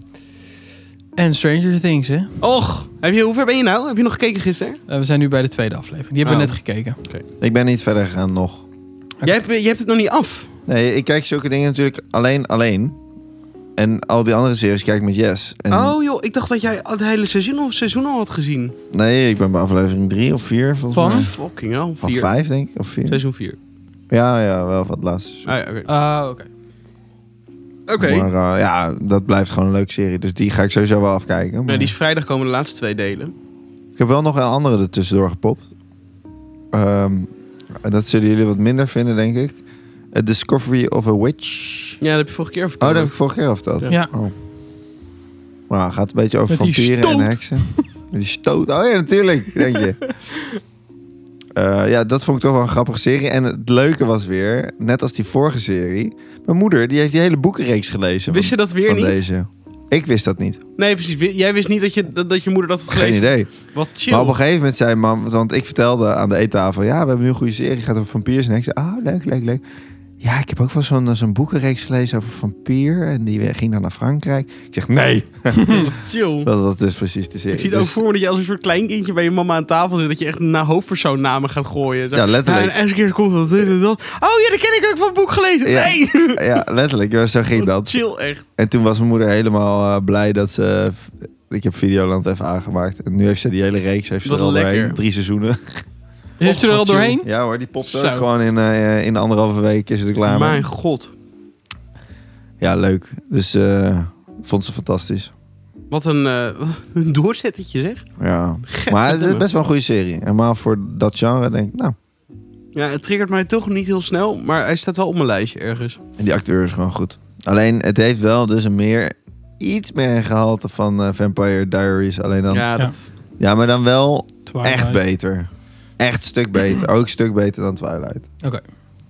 En Stranger Things, hè? Och, heb je, hoe ver ben je nou? Heb je nog gekeken gisteren? Eh, we zijn nu bij de tweede aflevering. Die hebben we Oh. net gekeken. Ik ben niet verder gegaan nog. Jij, hebt, je hebt het nog niet af. Nee, ik kijk zulke dingen natuurlijk alleen alleen. En al die andere series kijk ik met Jess. En Oh joh, ik dacht dat jij het hele seizoen of seizoen al had gezien. Nee, ik ben bij aflevering drie of vier volgens Van? mij. Fucking hell. Van Vier. vijf, denk ik. Of vier. Seizoen vier. Ja, ja, wel van het laatste seizoen. Ah ja, oké. Ah, oké. Oké. Maar uh, ja, dat blijft gewoon een leuke serie. Dus die ga ik sowieso wel afkijken. Maar Ja, die is vrijdag komen de laatste twee delen. ik heb wel nog een andere er tussendoor gepopt. Ehm, en dat zullen jullie wat minder vinden, denk ik. A Discovery of a Witch. Ja, dat heb je vorige keer Oh, verteld. dat heb ik vorige keer al verteld. Ja. Ja. Oh. Maar gaat een beetje over Met die vampieren en stoot. heksen. Met die stoot. Oh ja, natuurlijk, denk je. Eh, ja, dat vond ik toch wel een grappige serie. En het leuke was weer, net als die vorige serie... Mijn moeder, die heeft die hele boekenreeks gelezen. Wist je van, dat weer van niet? deze. Ik wist dat niet. Nee, precies. Wi- Jij wist niet dat je, dat, dat je moeder dat had Geen gelezen? idee. Wat chill. Maar op een gegeven moment zei mam... Want ik vertelde aan de eettafel... Ja, we hebben nu een goede serie. Het gaat over vampiers en heksen. Ah, leuk, leuk, leuk. Ja, ik heb ook wel zo'n, zo'n boekenreeks gelezen over vampier. En die ging dan naar Frankrijk. Ik zeg, nee. Wat chill. Dat was dus precies de serie. Ik zie het ook Dus- voor me dat je als een soort kleinkindje bij je mama aan tafel zit. Dat je echt naar hoofdpersoonnamen gaat gooien. Zo. Ja, letterlijk. Ja, en elke keer komt dat, dit en dat. Oh ja, dat ken ik ook van het boek gelezen. Ja. Nee! Ja, letterlijk. Ja, zo ging dat. Chill, echt. En toen was mijn moeder helemaal uh, blij dat ze... Ik heb Videoland even aangemaakt. En nu heeft ze die hele reeks heeft ze Wat er al lekker. doorheen. Drie seizoenen. Heeft je er al wat chill. doorheen? Ja hoor, die popt ook Zo. gewoon in, uh, in anderhalve week is ze er klaar mee. Mijn god. Ja, leuk. Dus uh, vond ze fantastisch. Wat een, uh, een doorzettertje, zeg. Ja. Get Maar het is verdomme. best wel een goede serie. Helemaal voor dat genre denk ik, nou. Ja, het triggert mij toch niet heel snel. Maar hij staat wel op mijn lijstje ergens. En die acteur is gewoon goed. Alleen, het heeft wel dus een meer... Iets meer een gehalte van uh, Vampire Diaries. Alleen dan... Ja. Ja, Ja. dat... maar dan wel Twilight. echt beter. Echt een stuk beter. Ook een stuk beter dan Twilight. Oké.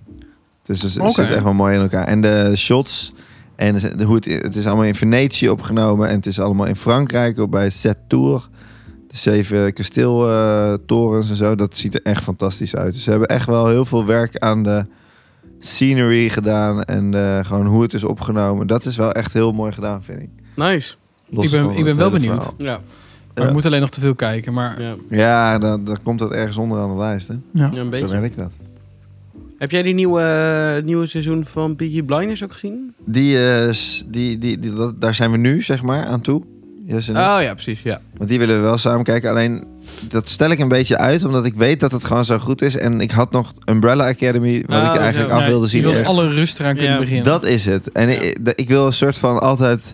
Dus het Oké. zit echt wel mooi in elkaar. En de shots... En de, hoe het, het is allemaal in Venetië opgenomen. En het is allemaal in Frankrijk. Ook bij Sept Tours. De zeven kasteeltorens en zo. Dat ziet er echt fantastisch uit. Dus ze hebben echt wel heel veel werk aan de scenery gedaan. En uh, gewoon hoe het is opgenomen. Dat is wel echt heel mooi gedaan, vind ik. Nice. Los Ik ben- van ik het ben wel hele benieuwd. verhaal. Ja, Maar ik moet alleen nog te veel kijken. Maar ja. Ja, dan, dan komt dat ergens onderaan de lijst. Hè? ja. ja een Zo beetje. werkt dat. Heb jij die nieuwe, uh, nieuwe seizoen van Peaky Blinders ook gezien? Die, uh, s- die, die, die, dat- daar zijn we nu, zeg maar, aan toe. Jesse en ik. Oh ja, precies, ja. Want die willen we wel samen kijken. Alleen, dat stel ik een beetje uit, omdat ik weet dat het gewoon zo goed is. En ik had nog Umbrella Academy, wat Ah, ik eigenlijk zo. af Ja, wilde je zien. wilt eerst. alle rust eraan kunnen Ja. beginnen. Dat is het. En Ja. ik, ik wil een soort van altijd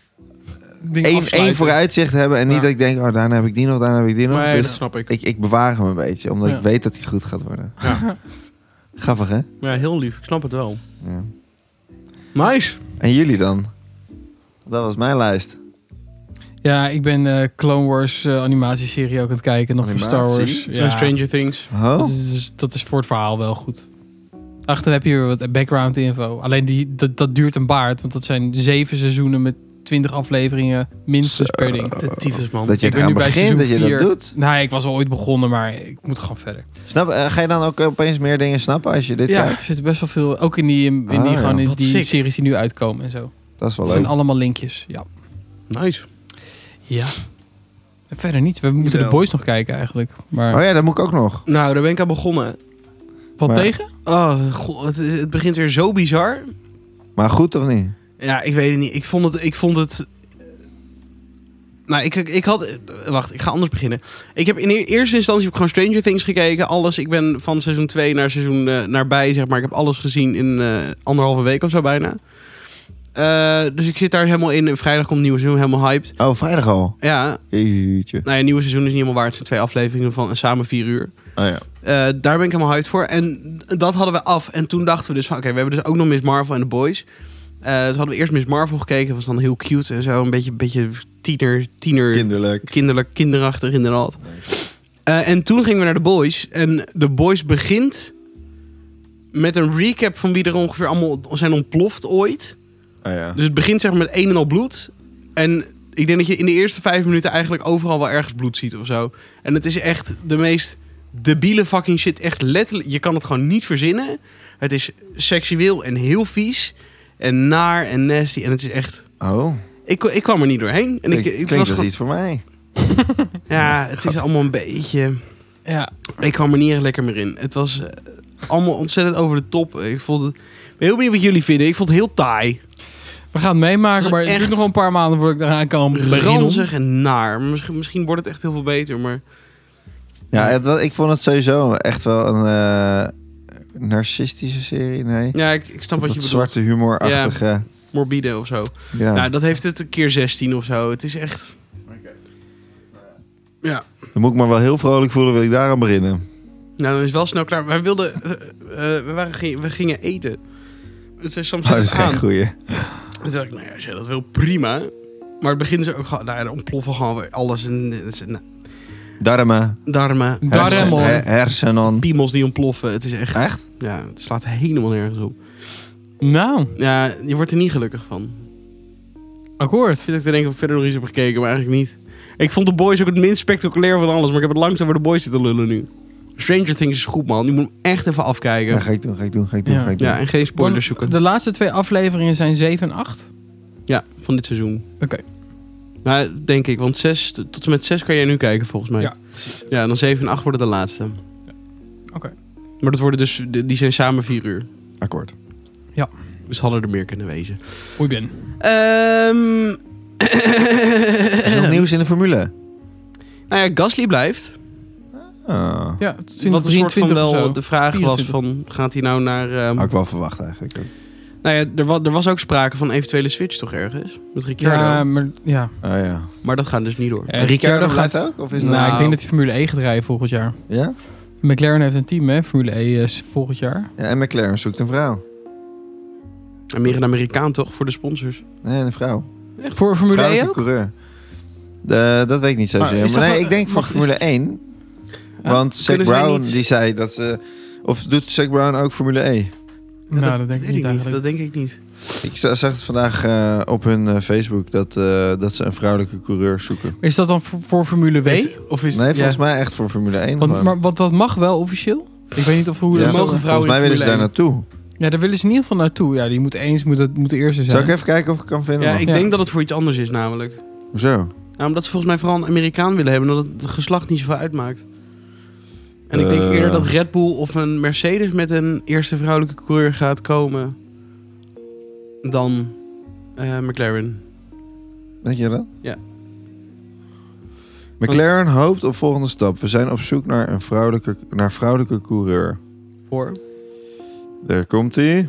Dingen één, afsluiten. één vooruitzicht hebben. En niet Ja. dat ik denk, oh, daarna heb ik die nog, daarna heb ik die nog. Maar dat Dus snap ik. ik, ik bewaar hem een beetje, omdat Ja. ik weet dat hij goed gaat worden. Ja. Grappig, hè? Ja, heel lief. Ik snap het wel. Ja. Nice. En jullie dan? Dat was mijn lijst. Ja, ik ben eh, Clone Wars eh, animatieserie ook aan het kijken. Nog voor Star Wars. Animatie? Ja, En Stranger Things. Oh? dat, is, dat is voor het verhaal wel goed. Achter heb je weer wat background info. Alleen die, dat, dat duurt een baard. Want dat zijn zeven seizoenen met twintig afleveringen minstens per ding. De tyfusman. Dat je Ik ben eraan nu bij begint, dat je seizoen dat vier. doet. Nee, ik was al ooit begonnen, maar ik moet gewoon verder. Snap, eh, ga je dan ook opeens meer dingen snappen als je dit Ja, kijkt? er zitten best wel veel. Ook in die, in die, Ah, ja. gewoon in Wat die sick. series die nu uitkomen en zo. Dat is wel Dat zijn leuk. allemaal linkjes. Ja. Nice. Ja. En verder niet. We moeten Jawel. de boys nog kijken eigenlijk. Maar Oh ja, dat moet ik ook nog. Nou, daar ben ik aan begonnen. wat maar- tegen? Oh, god, het, is- het begint weer zo bizar. Maar goed of niet? Ja, ik weet het niet. Ik vond het... Ik vond het nou, ik, ik had... Wacht, ik ga anders beginnen. Ik heb in e- eerste instantie heb ik gewoon Stranger Things gekeken. Alles. Ik ben van seizoen twee naar seizoen uh, naar bij, zeg maar. Ik heb alles gezien in uh, anderhalve week of zo bijna. Uh, dus ik zit daar helemaal in. En vrijdag komt het nieuwe seizoen, helemaal hyped. Oh, vrijdag al. Ja, Jeetje. nou ja, het nieuwe seizoen is niet helemaal waar. Het zijn twee afleveringen van samen vier uur. Oh ja. Uh, daar ben ik helemaal hyped voor. En dat hadden we af. En toen dachten we dus van... Oké, okay, we hebben dus ook nog Miss Marvel en The Boys. Uh, dus hadden we eerst Miss Marvel gekeken. Dat was dan heel cute en zo. Een beetje, beetje tiener, tiener Kinderlijk. kinderlijk, kinderachtig inderdaad. Uh, en toen gingen we naar The Boys. En The Boys begint met een recap van wie er ongeveer allemaal zijn ontploft ooit. Oh ja. Dus het begint zeg maar met een en al bloed. En ik denk dat je in de eerste vijf minuten eigenlijk overal wel ergens bloed ziet of zo. En het is echt de meest debiele fucking shit. Echt letterlijk, je kan het gewoon niet verzinnen. Het is seksueel en heel vies. En naar en nasty. En het is echt... Oh. Ik, ik kwam er niet doorheen. En ik, Ik, ik klinkt was als gewoon... iets voor mij. Ja, het is allemaal een beetje... Ja. Ik kwam er niet echt lekker meer in. Het was uh, allemaal ontzettend over de top. Ik vond het... Ik ben heel benieuwd wat jullie vinden. Ik vond het heel taai. We gaan het meemaken, Het maar is het duurt echt nog wel een paar maanden voordat ik eraan kan beginnen. Ranzig en naar. Misschien, misschien wordt het echt heel veel beter, maar... Ja, het, wa- ik vond het sowieso echt wel een uh, narcistische serie. Nee. Ja, ik, ik snap wat je Dat bedoelt. zwarte humorachtige. Ja. Morbide of zo. Ja. Nou, dat heeft het een keer zestien of zo. Het is echt... Ja. Dan moet ik me wel heel vrolijk voelen, wil ik daar aan beginnen. Nou, dan is het wel snel klaar. Wij wilden... Uh, uh, we, waren, we gingen eten. Het is soms Oh, dat is aan. geen goeie. Toen dacht ik, nou ja, als jij dat wil, prima. Maar het begint ze ook gewoon... Nou ja, er ontploffen gewoon weer alles. En, het is, nou, Darmen. darmen. Darmen. hersen- hoor. her- Hersenen. Piemels die ontploffen. Het is echt... Echt? Ja, het slaat helemaal nergens op. Nou, Ja, je wordt er niet gelukkig van. akkoord. Ik zit ook te denken of ik verder nog iets heb gekeken, maar eigenlijk niet. Ik vond The Boys ook het minst spectaculair van alles, maar ik heb het langst over The Boys zitten lullen nu. Stranger Things is goed, man. Die moet hem echt even afkijken. Ja, Ja, ga ik doen, ga ik doen, ga ik doen, Ja. ga ik doen. en geen spoilers zoeken. De laatste twee afleveringen zijn zeven en acht. Ja, van dit seizoen. Oké. Nou, denk ik. Want zes, tot en met zes kan jij nu kijken, volgens mij. Ja. Ja, en dan zeven en acht worden de laatste. Oké. Maar dat worden dus... Die zijn samen vier uur. Akkoord. Dus hadden er meer kunnen wezen. Hoe je bent. Ehm Is er nog nieuws in de formule? Nou ja, Gasly blijft. Ah. Ja, Wat sinds een soort van drieëntwintig of wel zo. de vraag was vierentwintig. van... Gaat hij nou naar... ehm, Had ik wel verwacht eigenlijk. ook. Nou ja, er was, er was ook sprake van eventuele switch toch ergens? Met Ricciardo. Ja, maar ja. Ah ja. Maar dat gaat dus niet door. Eh, Ricciardo gaat- blijft ook? Of is het Nou, Nou. ik denk dat hij Formule E gaat rijden volgend jaar. Ja? McLaren heeft een team, hè? Formule E is volgend jaar. Ja, en McLaren zoekt een vrouw. En meer een Amerikaan toch, voor de sponsors? Nee, een vrouw. Voor Formule E Vrouwelijke ook? coureur. De, dat weet ik niet Maar zozeer. is Maar, dat nee, wel- ik denk voor mag- Formule is- één. Ja. Want Zac Kunnen zij Brown niet- die zei dat ze... Of doet Zac Brown ook Formule E? Nou, dat, denk ik weet niet ik niet. eigenlijk. Dat denk ik niet. Ik za- zag het vandaag eh, op hun eh, Facebook dat, eh, dat ze een vrouwelijke coureur zoeken. Is dat dan voor, voor Formule W? Is- of is Nee, volgens ja. mij echt voor Formule één. Want, gewoon. maar, want dat mag wel officieel? Ik weet niet of hoe Ja, dat mogen zo- vrouwen volgens mij in willen ze daar Formule naartoe. Ja, daar willen ze in ieder geval naartoe. Ja, die moet eens moet het moet de eerste zijn. Zal ik even kijken of ik kan vinden? Ja, man? ik Ja. denk dat het voor iets anders is namelijk. Hoezo? Nou, omdat ze volgens mij vooral een Amerikaan willen hebben... dat het geslacht niet zoveel uitmaakt. En ik denk Eh. eerder dat Red Bull of een Mercedes... met een eerste vrouwelijke coureur gaat komen... dan eh, McLaren. Weet je dat? Ja. McLaren hoopt op volgende stap. We zijn op zoek naar een vrouwelijke, naar vrouwelijke coureur. Voor... Daar komt hij.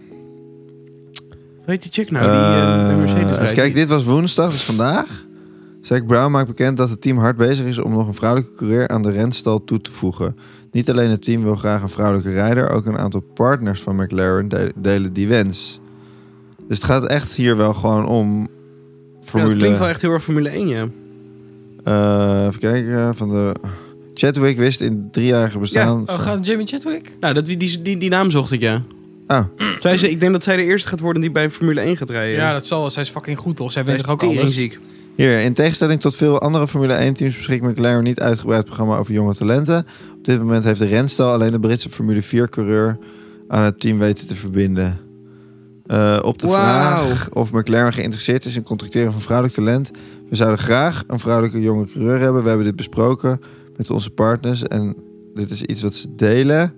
Hoe heet die chick nou? Die eh, bij Mercedes rijdt? Kijk, dit was woensdag, dus vandaag. Zac Brown maakt bekend dat het team hard bezig is om nog een vrouwelijke coureur aan de renstal toe te voegen. Niet alleen het team wil graag een vrouwelijke rijder, ook een aantal partners van McLaren de- delen die wens. Dus het gaat echt hier wel gewoon om Ja, Formule... het klinkt wel echt heel erg Formule één, ja. Eh, even kijken, van de... Chadwick wist in driejarige bestaan... Oh, gaat Jamie Chadwick? Nou, dat, die, die, die, die naam zocht ik, ja. Ah, Zij, ze- ik denk dat zij de eerste gaat worden die bij Formule één gaat rijden. Ja, dat zal wel. Zij is fucking goed, toch? Zij Zij weet is toch ook alles? teringziek. hier, in tegenstelling tot veel andere Formule één teams beschikt McLaren niet uitgebreid programma over jonge talenten. Op dit moment heeft de renstal alleen de Britse Formule vier coureur aan het team weten te verbinden. Uh, op de Wauw. vraag of McLaren geïnteresseerd is in contracteren van vrouwelijk talent. We zouden graag een vrouwelijke jonge coureur hebben. We hebben dit besproken met onze partners en dit is iets wat ze delen.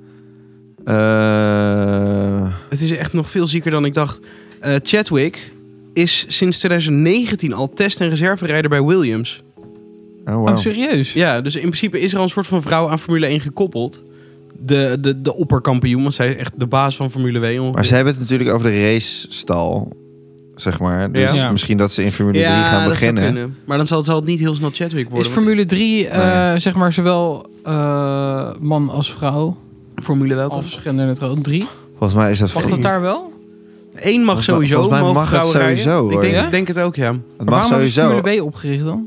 Uh, Het is echt nog veel zieker dan ik dacht. Uh, Chadwick is sinds twintig negentien al test- en reserverijder bij Williams. oh, wow. Oh, serieus? Ja, dus in principe is er al een soort van vrouw aan Formule één gekoppeld. De, de, de opperkampioen, want zij is echt de baas van Formule W. ongeveer. Maar ze hebben het natuurlijk over de racestal, zeg maar. Dus Ja. misschien dat ze in Formule ja, drie gaan dat beginnen. zou kunnen. Maar dan zal het, zal het niet heel snel Chadwick worden. Is Formule drie, eh, Nee. zeg maar, zowel eh, man als vrouw? want Formule welke? Als genderneutraal? Drie? Volgens mij is dat... Mag voor- dat daar wel? Eén mag Volgens mij- sowieso. volgens mij mogen mag het vrouwen sowieso, rijden. Ik hoor. denk, Ja? denk het ook, ja. Het Maar mag waarom is sowieso. Formule B opgericht dan?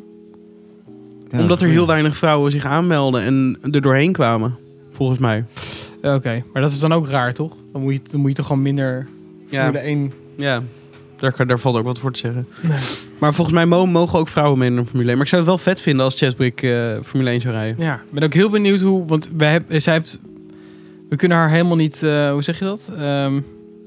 Ja, Omdat er goed. heel weinig vrouwen zich aanmelden en er doorheen kwamen. Volgens mij. Ja, Oké, maar dat is dan ook raar, toch? Dan moet je, dan moet je toch gewoon minder Ja, Formule één... ja. Daar, kan- daar valt ook wat voor te zeggen. Maar volgens mij mo- mogen ook vrouwen mee naar Formule één. Maar ik zou het wel vet vinden als Chadwick eh Formule één zou rijden. Ja, ik ben ook heel benieuwd hoe... Want wij hebben, zij heeft... We kunnen haar helemaal niet... eh, hoe zeg je dat? Ehm,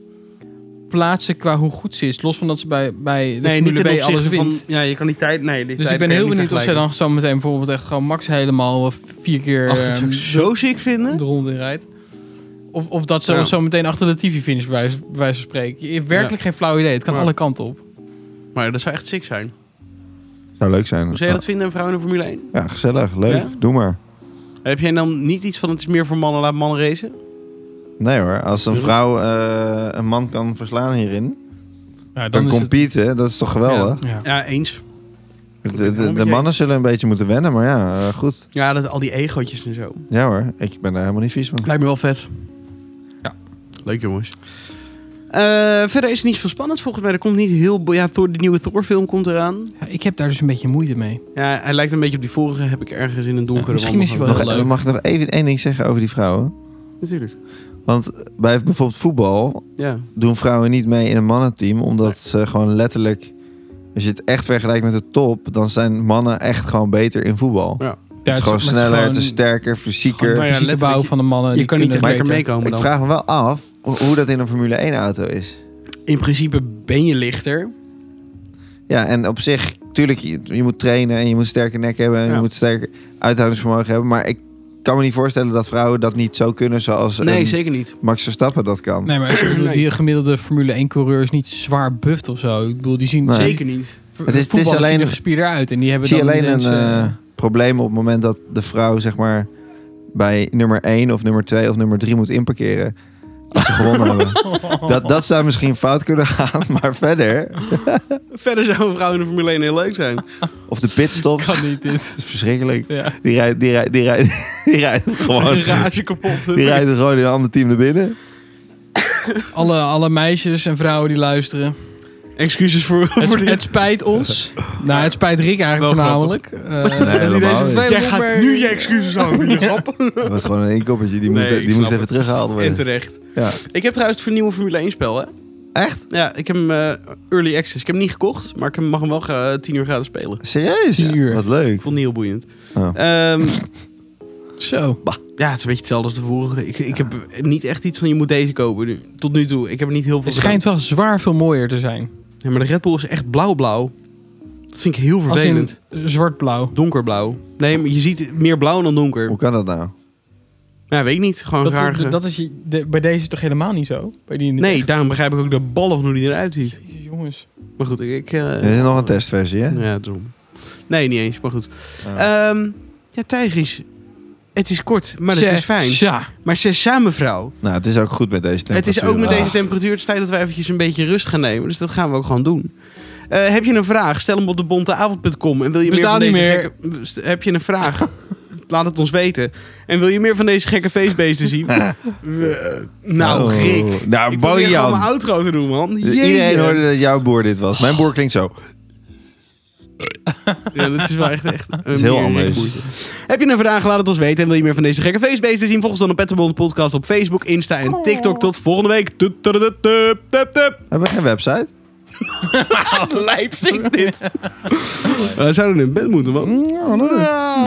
plaatsen qua hoe goed ze is. Los van dat ze bij, bij de Nee, niet Formule ten B alles opzichte wint. van... Ja, je kan die tijd... Nee, die Dus ik tijden ben kan je heel niet benieuwd of zij dan vergelijken. zo meteen bijvoorbeeld echt gewoon Max helemaal vier keer Ach, dat zou ik ehm, zo ziek vinden. de ronde in rijdt. Of, of dat ze Ja. zo meteen achter de T V-finish bij wijze bij wijze van spreken. Je hebt werkelijk geen flauw idee. Het kan Ja. alle kanten op. Maar dat zou echt sick zijn. Zou leuk zijn. Hoe zou je dat vinden, een vrouw in de Formule één? Ja, gezellig. Leuk. Ja? Doe maar. Heb jij dan niet iets van het is meer voor mannen, laat mannen racen? Nee hoor. Als een vrouw eh, een man kan verslaan hierin, Ja, kan is het- competen, dat is toch geweldig? ja. Ja, eens. De, Ik ben de, het helemaal de met je mannen zullen een beetje moeten wennen, maar ja, eh, goed. Ja, dat, al die egootjes en zo. Ja hoor, ik ben daar helemaal niet vies van. Lijkt me wel vet. Ja. Leuk jongens. Eh, verder is er niet veel spannends volgens mij. Er komt niet heel... bo- Ja, Thor, de nieuwe Thor-film komt eraan. Ja, ik heb daar dus een beetje moeite mee. Ja, hij lijkt een beetje op die vorige. Heb ik ergens in een donkere Ja, misschien is hij wel Nog, heel leuk. mag ik nog even één ding zeggen over die vrouwen? Natuurlijk. Want bij bijvoorbeeld voetbal Ja. doen vrouwen niet mee in een mannenteam, omdat ze gewoon letterlijk, als je het echt vergelijkt met de top, dan zijn mannen echt gewoon beter in voetbal. Ja. Het is gewoon maar sneller, het is gewoon- sterker, fysieker. Nou ja, fysieke letterlijk, bouw van de mannen. Je die kan niet kunnen echt lekker beter. meekomen Ik dan. vraag me wel af ho- hoe dat in een Formule één auto is. In principe ben je lichter. Ja, en op zich, tuurlijk, je, je moet trainen en je moet een sterke nek hebben en Ja. je moet sterk uithoudingsvermogen hebben. Maar ik kan me niet voorstellen dat vrouwen dat niet zo kunnen zoals Nee, een zeker niet. Max Verstappen dat kan. Nee, maar ik bedoel, Nee. die gemiddelde Formule één coureur is niet zwaar bufft of zo. Ik bedoel, die zien Nee. Zeker niet. Het is- het is voetballers alleen- zien er gespierder uit. En die Ik hebben zie dan alleen een ineens, eh, eh, probleem op het moment dat de vrouw zeg maar bij nummer één of nummer twee of nummer drie moet inparkeren. Als ze gewonnen hebben. Dat, dat zou misschien fout kunnen gaan, maar verder. Verder zou een vrouw in de Formule één heel leuk zijn. Of de pitstops. kan niet dit. Dat is verschrikkelijk. Ja. Die rijdt, die rijdt, die rijdt, die rijdt hem gewoon. Een garage kapot. Die rijdt hem gewoon in een ander team naar binnen. Alle, alle meisjes en vrouwen die luisteren. Excuses voor, Het, voor het dit. spijt ons. Nou, het spijt Rick eigenlijk Wel voornamelijk. Eh, dat hij helemaal deze niet. vervelende Jij gaat opmerking- nu je excuses aanbieden, grap. Dat was gewoon een inkoppertje. Die moest, Nee, ik die moest snap even het. teruggehaald En worden. terecht. Ja. Ik heb trouwens het nieuwe Formule één spel, hè. Echt? Ja, ik heb hem eh, early access. Ik heb hem niet gekocht, maar ik heb- mag hem wel uh, tien uur gratis spelen. Serieus? Tien uur. Wat Ik leuk. vond het niet heel boeiend. Oh. Ehm, Zo. ja, het is een beetje hetzelfde als de vorige. Ik, ik heb niet echt iets van je moet deze kopen nu. Tot nu toe. Ik heb er niet heel veel Het schijnt gedaan. wel zwaar veel mooier te zijn. Ja, maar de Red Bull is echt blauw-blauw. Dat vind ik heel Als in vervelend. zwart-blauw. Donkerblauw. Nee, maar je ziet meer blauw dan donker. Hoe kan dat nou? Ja, weet ik niet. Gewoon Dat, raar. dat, dat is je, de, bij deze toch helemaal niet zo? Bij die Nee, echt- daarom begrijp ik ook de ballen van hoe die eruit ziet. Jezus, jongens. Maar goed, ik... ik eh, Er is nog een testversie, hè? Ja, daarom. Nee, niet eens, maar goed. Ja. Ehm ja, Tijgries. Het is kort, maar het is fijn. Ja. Maar zes samen, mevrouw. Nou, het is ook goed met deze temperatuur. Het is ook met Ah. deze temperatuur. Het is tijd dat wij eventjes een beetje rust gaan nemen. Dus dat gaan we ook gewoon doen. Eh, heb je een vraag? Stel hem op de bonteavond punt com. En wil je meer van Bestaat deze niet meer. gekke... Heb je een vraag? Laat het ons weten. En wil je meer van deze gekke feestbeesten zien? We- nou, Oh. Rick. Nou, Ik probeer gewoon Bojan. mijn outro te doen, man. Dus Jeetje. iedereen hoorde dat jouw boer dit was. Mijn boer klinkt zo. Ja, dat is wel echt, echt een is heel meer anders. Rick-boertje. Heb je een vraag? Laat het ons weten. En wil je meer van deze gekke feestbeesten zien? Volg ons dan op Petterbond Podcast op Facebook, Insta en TikTok. Tot volgende week. Tup, tup, tup, tup, tup, tup. Hebben we geen website? Lijp zingt dit. We zouden in bed moeten, man.